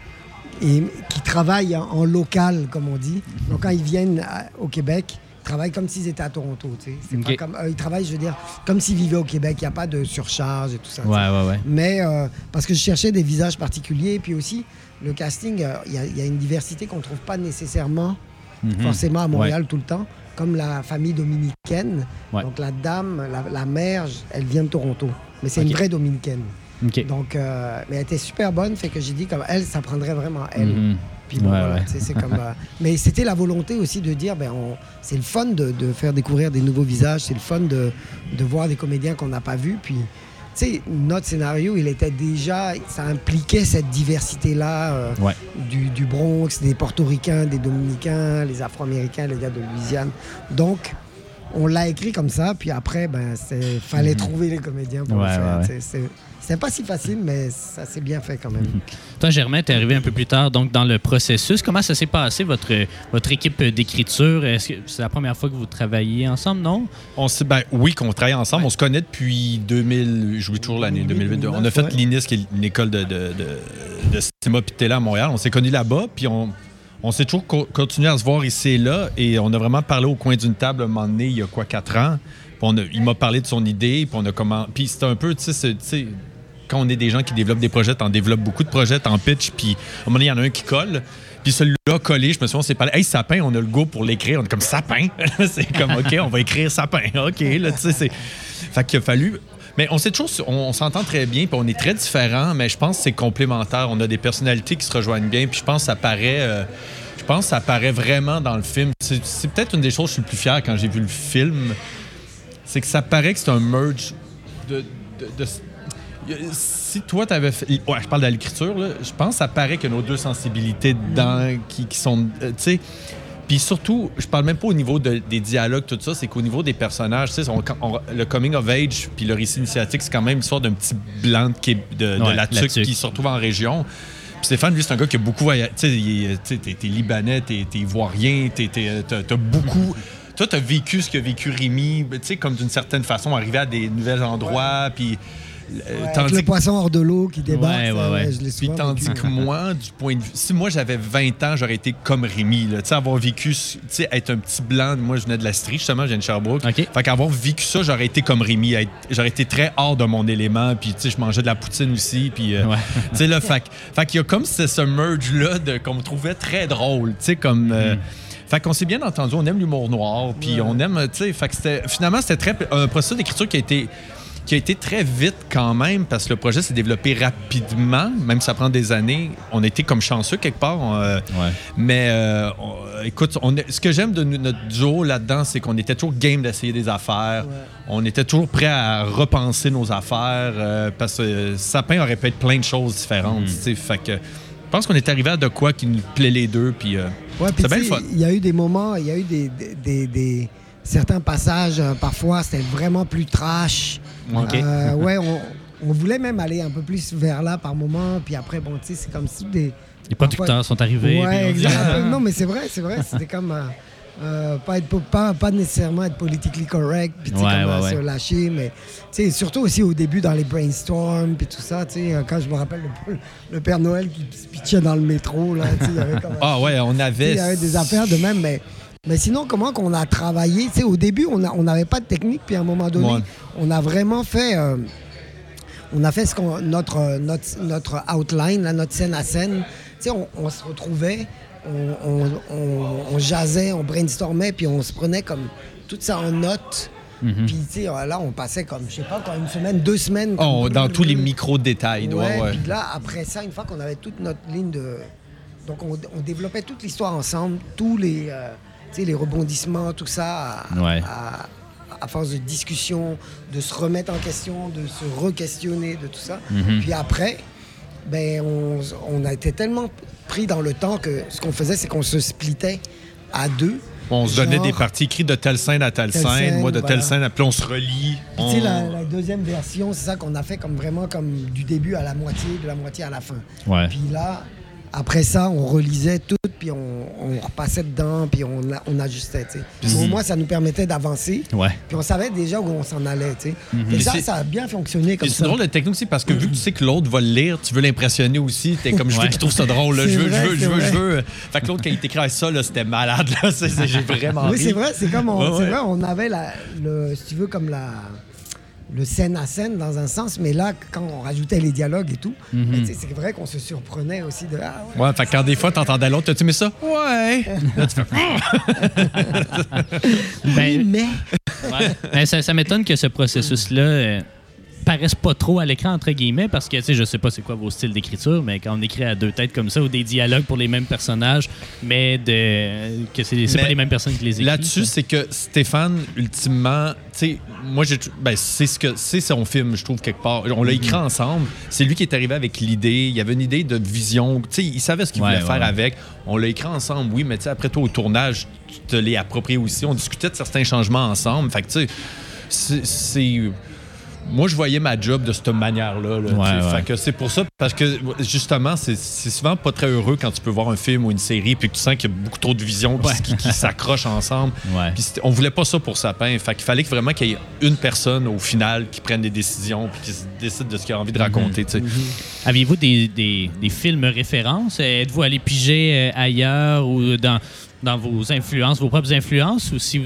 et qui travaillent en, en local, comme on dit. Donc, quand ils viennent à- au Québec, ils travaillent comme s'ils étaient à Toronto. Tu sais. C'est Ok. pas comme, euh, ils travaillent, je veux dire, comme s'ils vivaient au Québec. Il n'y a pas de surcharge et tout ça. tu sais. Ouais, ouais, ouais. Mais euh, parce que je cherchais des visages particuliers. Puis aussi, le casting, euh, il y, a- il y a une diversité qu'on ne trouve pas nécessairement Mhm. forcément à Montréal tout le temps, comme la famille dominicaine. Ouais. Donc, la dame, la, la mère, elle vient de Toronto. Mais c'est Ok. une vraie dominicaine. OK. Donc, euh, mais elle était super bonne, fait que j'ai dit comme elle, ça prendrait vraiment elle. Mhm. Puis bon, Ouais, voilà, ouais. tu sais, c'est comme. euh, mais c'était la volonté aussi de dire, ben, on- c'est le fun de, de faire découvrir des nouveaux visages, c'est le fun de, de voir des comédiens qu'on n'a pas vus. Puis, tu sais, notre scénario, il était déjà, ça impliquait cette diversité-là euh, Ouais. du, du Bronx, des Portoricains, des Dominicains, les Afro-Américains, les gars de Louisiane. Donc, on l'a écrit comme ça, puis après, ben, c'est fallait trouver les comédiens pour Mhm. Ouais, le faire. ouais, ouais. tu sais, c'est- C'était pas si facile, mais ça s'est bien fait quand même. Toi, Germain, t'es arrivé un peu plus tard donc dans le processus. Comment ça s'est passé, votre, votre équipe d'écriture? Est-ce que c'est la première fois que vous travaillez ensemble, non? On sait, ben, oui, qu'on travaille ensemble. On se connaît depuis deux mille, j'oublie toujours l'année, deux mille vingt-deux. On a fait Ouais. l'I N I S, qui est une école de, de, de, de cinéma puis de télé à Montréal. On s'est connus là-bas, puis on, on s'est toujours co- continué à se voir ici et là. Et on a vraiment parlé au coin d'une table un moment donné, il y a quoi, quatre ans. Puis on a- il m'a parlé de son idée, puis on a comment. Puis c'était un peu, tu sais, c'est- tu sais, quand on est des gens qui développent des projets, t'en développes beaucoup de projets, t'en pitch, puis à un moment donné, il y en a un qui colle. Puis celui-là collé, je me souviens, on s'est parlé, hey, sapin, on a le go pour l'écrire. On est comme sapin. C'est comme, OK, on va écrire sapin. OK, là, tu sais, c'est. Fait qu'il a fallu. Mais on sait toujours, on, on s'entend très bien, puis on est très différents, mais je pense que c'est complémentaire. On a des personnalités qui se rejoignent bien, puis je pense que ça paraît, euh, je pense que ça paraît vraiment dans le film. C'est, c'est peut-être une des choses que je suis le plus fier quand j'ai vu le film, c'est que ça paraît que c'est un merge de... de, de si toi, t'avais fait... Ouais, je parle de l'écriture, là. Je pense que ça paraît que nos deux sensibilités dedans, qui, qui sont... Euh, tu sais... Puis surtout, je parle même pas au niveau de, des dialogues, tout ça, c'est qu'au niveau des personnages, tu sais, on, on, le coming of age puis le récit initiatique, c'est quand même l'histoire d'un petit blanc de, de, de ouais, la tuque qui se retrouve en région. Puis Stéphane, lui, c'est un gars qui a beaucoup voyagé. Tu sais, t'es, t'es libanais, t'es, t'es ivoirien, t'es, t'es, t'as, t'as beaucoup... Toi, t'as vécu ce qu'a vécu Rémi, tu sais, comme d'une certaine façon, arriver à des nouveaux endroits, puis... Ouais, tandis avec le poisson hors de l'eau qui débarque. Ouais, ouais, ouais. Je l'ai Puis tandis vécu. Que moi, du point de vue... Si moi, j'avais vingt ans, j'aurais été comme Rémi. Tu sais, avoir vécu... Tu sais, être un petit blanc... Moi, je venais de la Strie, justement, je viens de Sherbrooke. Okay. Fait qu'avoir vécu ça, j'aurais été comme Rémi. Être... J'aurais été très hors de mon élément. Puis, tu sais, je mangeais de la poutine aussi. Puis, euh, ouais. tu sais, là, fait, fait qu'il y a comme ce, ce merge-là de, qu'on me trouvait très drôle. Tu sais, comme... Euh, mm. Fait qu'on s'est bien entendu. On aime l'humour noir. Puis, ouais. on aime... Tu sais, fait que c'était... Finalement, c'était très... Un processus d'écriture qui a été... qui a été très vite quand même, parce que le projet s'est développé rapidement, même si ça prend des années. On a été comme chanceux quelque part. On, euh, ouais. Mais euh, on, écoute, on, ce que j'aime de notre duo là-dedans, c'est qu'on était toujours game d'essayer des affaires. Ouais. On était toujours prêt à repenser nos affaires, euh, parce que euh, Sapin aurait pu être plein de choses différentes. Mm. Fait que je pense qu'on est arrivé à de quoi qui nous plaît les deux, puis euh, ouais, c'est bien le fun. Il y a eu des moments, il y a eu des... des, des, des... certains passages, euh, parfois, c'était vraiment plus trash. Okay. Euh, ouais, on, on voulait même aller un peu plus vers là par moment. Puis après, bon, tu sais, c'est comme si des... Les producteurs sont arrivés. Ouais, exactement. Non, mais c'est vrai, c'est vrai. C'était comme... Euh, euh, pas, être, pas, pas nécessairement être politically correct, puis tu sais, ouais, comme ouais, se ouais. lâcher. Mais tu sais, surtout aussi au début, dans les brainstorms, puis tout ça, tu sais, quand je me rappelle le, le Père Noël qui se pitchait dans le métro, là, tu sais, il y avait comme... Ah ouais, on avait... Il y avait des affaires de même, mais... Mais sinon, comment qu'on a travaillé? Tu sais, au début, on n'avait on pas de technique, puis à un moment donné, ouais. on a vraiment fait... Euh, on a fait ce qu'on, notre, notre, notre outline, là, notre scène à scène. Tu sais, on, on se retrouvait, on, on, on, on jasait, on brainstormait, puis on se prenait comme tout ça en notes. Mm-hmm. Puis, tu sais, là, on passait comme, je sais pas, encore une semaine, deux semaines. Oh, dans tous les micro-détails. Ouais, ouais, ouais. Puis là, après ça, une fois qu'on avait toute notre ligne de... Donc, on, on développait toute l'histoire ensemble, tous les... Euh, T'sais, les rebondissements, tout ça, à, ouais. à, à force de discussion, de se remettre en question, de se re-questionner, de tout ça. Mm-hmm. Puis après, ben, on, on a été tellement pris dans le temps que ce qu'on faisait, c'est qu'on se splittait à deux. On se donnait des parties écrites de telle scène à telle, telle scène, scène, moi de voilà. telle scène, puis on se relie. Puis on... tu sais, la, la deuxième version, c'est ça qu'on a fait comme vraiment comme du début à la moitié, de la moitié à la fin. Ouais. Puis là... Après ça, on relisait tout, puis on, on repassait dedans, puis on, on ajustait. Puis au moins, ça nous permettait d'avancer. Ouais. Puis on savait déjà où on s'en allait. Mm-hmm. Et ça, ça a bien fonctionné comme c'est ça. C'est drôle le techno aussi, parce que vu que tu sais que l'autre va le lire, tu veux l'impressionner aussi. T'es comme, je veux ouais. qu'il trouve ça drôle. Là. Je veux, vrai, je veux, je veux, je veux. Fait que l'autre, quand il t'écrit ça, là, c'était malade. Là. C'est, c'est, j'ai vraiment Oui, c'est vrai. C'est comme on, ouais, c'est ouais. vrai, on avait, la, le, si tu veux, comme la... le scène à scène dans un sens, mais là, quand on rajoutait les dialogues et tout, mm-hmm. ben, c'est vrai qu'on se surprenait aussi de... Ah, ouais, ouais, fait que quand des fois, t'entendais l'autre, t'as-tu aimé ça? Ouais! Là, tu fais... ben, mais... Ouais. Ben, ça, ça m'étonne que ce processus-là euh, paraisse pas trop à l'écran, entre guillemets, parce que, tu sais, je sais pas c'est quoi vos styles d'écriture, mais quand on écrit à deux têtes comme ça, ou des dialogues pour les mêmes personnages, mais de que c'est, c'est pas les mêmes personnes qui les écrivent. Là-dessus, ça. C'est que Stéphane, ultimement, tu sais, moi, j'ai, ben, c'est ce que c'est son film, je trouve, quelque part. On l'a écrit mm-hmm. ensemble. C'est lui qui est arrivé avec l'idée. Il y avait une idée de vision. Tu sais, il savait ce qu'il ouais, voulait ouais, faire ouais. avec. On l'a écrit ensemble, oui, mais tu sais, après toi, au tournage, tu te l'es approprié aussi. On discutait de certains changements ensemble. Fait que, tu sais, c'est... c'est moi, je voyais ma job de cette manière-là. Là, ouais, ouais. Fait que c'est pour ça, parce que justement, c'est, c'est souvent pas très heureux quand tu peux voir un film ou une série puis que tu sens qu'il y a beaucoup trop de visions qui, ouais. qui, qui s'accrochent ensemble. Ouais. Puis on voulait pas ça pour Sapin. Fait qu'il fallait vraiment qu'il y ait une personne au final qui prenne des décisions puis qui décide de ce qu'il a envie de raconter. Mm-hmm. Mm-hmm. Aviez-vous des, des, des films références? Êtes-vous allé piger ailleurs ou dans, dans vos influences, vos propres influences, ou si vous êtes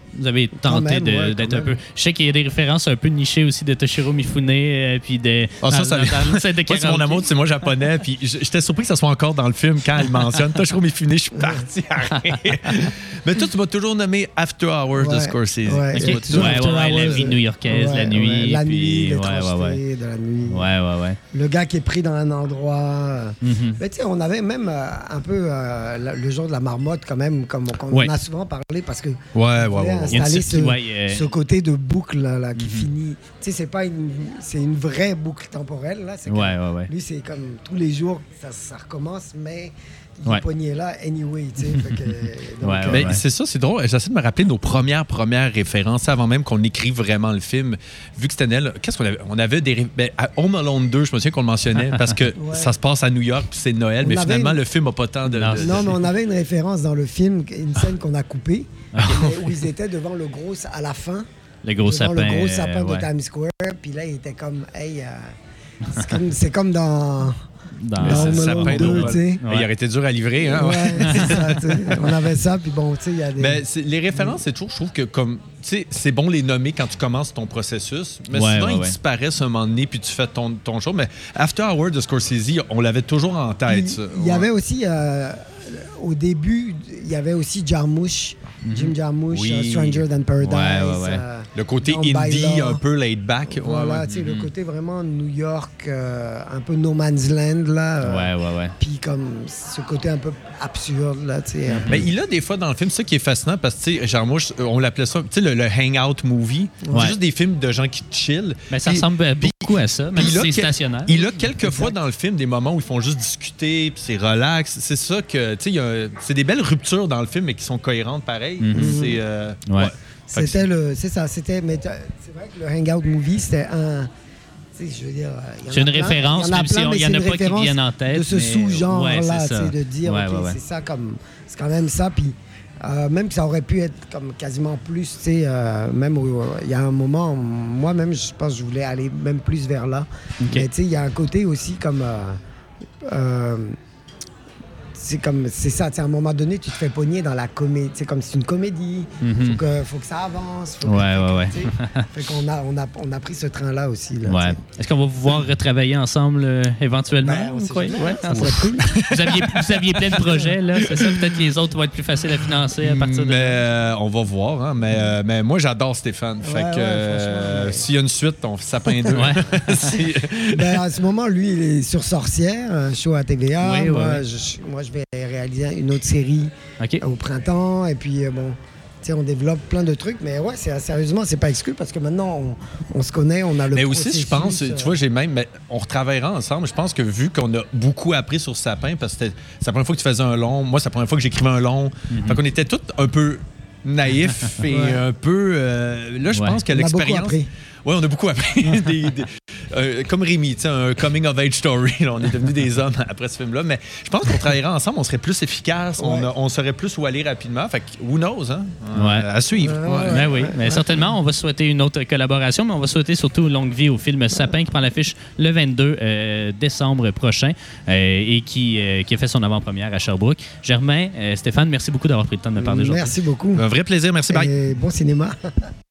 vous avez tenté Quand même, de- ouais, d'être quand un peu. même. Je sais qu'il y a des références un peu nichées aussi de Toshiro Mifune, euh, puis de. Ah, ça, dans- ça- dans- dans le set de Moi, c'est mon karaoké. amour, c'est moi japonais, puis j- j'étais surpris que ça soit encore dans le film quand elle mentionne Toshiro Mifune, je suis parti à rire. Mais toi, tu m'as toujours nommé After Hours de Ouais, Scorsese. ouais. Tu Ok. m'as Ouais, toujours- ouais, After ouais, la Hours, vie new-yorkaise, ouais, la nuit. ouais, la puis- nuit, ouais, ouais, l'étrangeté ouais. de la nuit. Ouais, ouais, ouais. Le gars qui est pris dans un endroit. euh, Mhm. Mais tu sais, on avait même euh, un peu euh, la- le jour de la marmotte, quand même, comme on Ouais. en a souvent parlé, parce que Ouais, ouais, on voulait ouais. Il y a une installer petite- ce, ouais, euh, ce côté de boucle là, là, qui Mhm. finit. Tu sais, c'est pas une, c'est une vraie boucle temporelle là. C'est Ouais, comme- ouais, ouais. Lui, c'est comme tous les jours, ça, ça recommence, mais il Ouais. est pogné là anyway. Tu sais, fait que, donc, Ouais, euh, Ben, ouais. c'est ça, c'est drôle. J'essaie de me rappeler nos premières, premières références avant même qu'on écrive vraiment le film. Vu que c'était Nel, qu'est-ce qu'on avait? On avait des. ré- Ben, à Home Alone deux, je me souviens qu'on le mentionnait parce que Ouais. ça se passe à New York puis c'est Noël, On mais avait finalement, une- le film n'a pas tant de. Non, de- Non, mais on avait une référence dans le film, une scène qu'on a coupée, mais où ils étaient devant le gros, à la fin, Le gros devant sapin. le gros euh, sapin de ouais. Times Square, puis là, il était comme, hey, euh, c'est comme, c'est comme dans, Dans- Mais dans c'est Home le Alone sapin deux, d'Oval. tu sais. Mais Il aurait été dur à livrer, hein? Ouais, c'est ça, tu sais. On avait ça, puis bon, tu sais, il y a des... Ben, c'est- les références, c'est toujours, je trouve que comme, tu sais, c'est bon les nommer quand tu commences ton processus, mais Ouais, souvent ouais, ils ouais. disparaissent un moment donné puis tu fais ton, ton show. Mais After Hours de Scorsese, on l'avait toujours en tête. Puis, ça. il y Ouais. avait aussi, euh, au début, il y avait aussi Jarmusch, Jim Jarmusch, Oui. euh, Stranger Than Paradise. Ouais, ouais, ouais. euh, Le côté Don't Buy indie, Law. un peu laid back. Ouais, Voilà, ouais. tu sais, le côté vraiment New York, euh, un peu no man's land, là. euh, Ouais, ouais, ouais. Puis comme ce côté un peu absurde, là, tu sais. un peu- Mais il a des fois dans le film, c'est ça qui est fascinant parce que, tu sais, Jarmusch, euh, on l'appelait ça, tu sais, le, le hangout movie. Ouais. C'est juste des films de gens qui chill. Ben, ça Puis- ressemble beaucoup à ça, même puis si là, c'est que- stationnaire. Il a quelques fois dans le film des moments où ils font juste discuter, puis c'est relax. C'est ça que, tu sais, il y a- c'est des belles ruptures dans le film, mais qui sont cohérentes pareil. Mhm. C'est. euh, Ouais. Fait que C'était le. C'est ça, c'était. Mais t'as- c'est vrai que le hangout movie, c'était un. Tu sais, je veux dire. il y en C'est a une plein- référence, il y en a même si plein, on- mais il y en c'est a une pas qui référence viennent en tête. de ce mais- sous-genre-là, ouais, c'est tu ça. sais, de dire, Ouais, OK, ouais, ouais. c'est ça comme. C'est quand même ça. Puis euh, même que ça aurait pu être comme quasiment plus, tu sais, euh, même où, il y a un moment, moi-même, je pense que je voulais aller même plus vers là. Ok. Mais tu sais, il y a un côté aussi comme. euh, euh, c'est comme c'est ça, tu sais, à un moment donné, tu te fais pogner dans la comédie. C'est comme c'est une comédie. Mhm. Faut, que, faut que ça avance. Faut que- Ouais, fait que, ouais, ouais. tu sais, fait qu'on a, on a, on a pris ce train-là aussi. Là, Ouais. tu sais. Est-ce qu'on va vous voir retravailler ensemble euh, éventuellement? Ben, on vous sait croyez? jamais, Ouais, ça non, serait ça- cool. vous, aviez, vous aviez plein de projets, là, c'est ça? Peut-être que les autres vont être plus faciles à financer à partir de Mais là. euh, on va voir, hein, mais, euh, mais moi j'adore Stéphane. Fait Ouais, que ouais, euh, franchement, ouais. s'il y a une suite, on fait sapin deux. Ouais. Si- Ben, en ce moment, lui, il est sur Sorcière, un show à T V A. Oui, moi, oui, Je, moi, je vais réaliser une autre série OK. au printemps. Et puis, euh, bon, tu sais, on développe plein de trucs. Mais ouais, c'est, sérieusement, c'est pas exclu parce que maintenant, on, on se connaît, on a le Mais aussi, je pense, processus, tu euh, vois, j'ai même. Mais on retravaillera ensemble. Je pense que vu qu'on a beaucoup appris sur Sapin, parce que c'était- c'est la première fois que tu faisais un long, moi, c'est la première fois que j'écrivais un long. Fait qu'on était tous un peu naïfs et Ouais. un peu. euh, là, je Ouais. pense que on a beaucoup l'expérience. appris. Oui, on a beaucoup appris. Des- des- euh, comme Rémi, tu sais, un coming of age story. là, on est devenus des hommes après ce film-là. Mais je pense qu'on travaillerait ensemble, on serait plus efficace, on, Ouais. a- on saurait plus où aller rapidement. Fait que, who knows, hein? Ouais. À suivre. Ouais, Ouais. ouais. Ben oui, mais certainement, on va souhaiter une autre collaboration, mais on va souhaiter surtout longue vie au film Sapin qui prend l'affiche le vingt-deux euh, décembre prochain euh, et qui, euh, qui a fait son avant-première à Sherbrooke. Germain, euh, Stéphane, merci beaucoup d'avoir pris le temps de me parler aujourd'hui. Merci beaucoup. Un vrai plaisir. Merci. Bye. Et bon cinéma.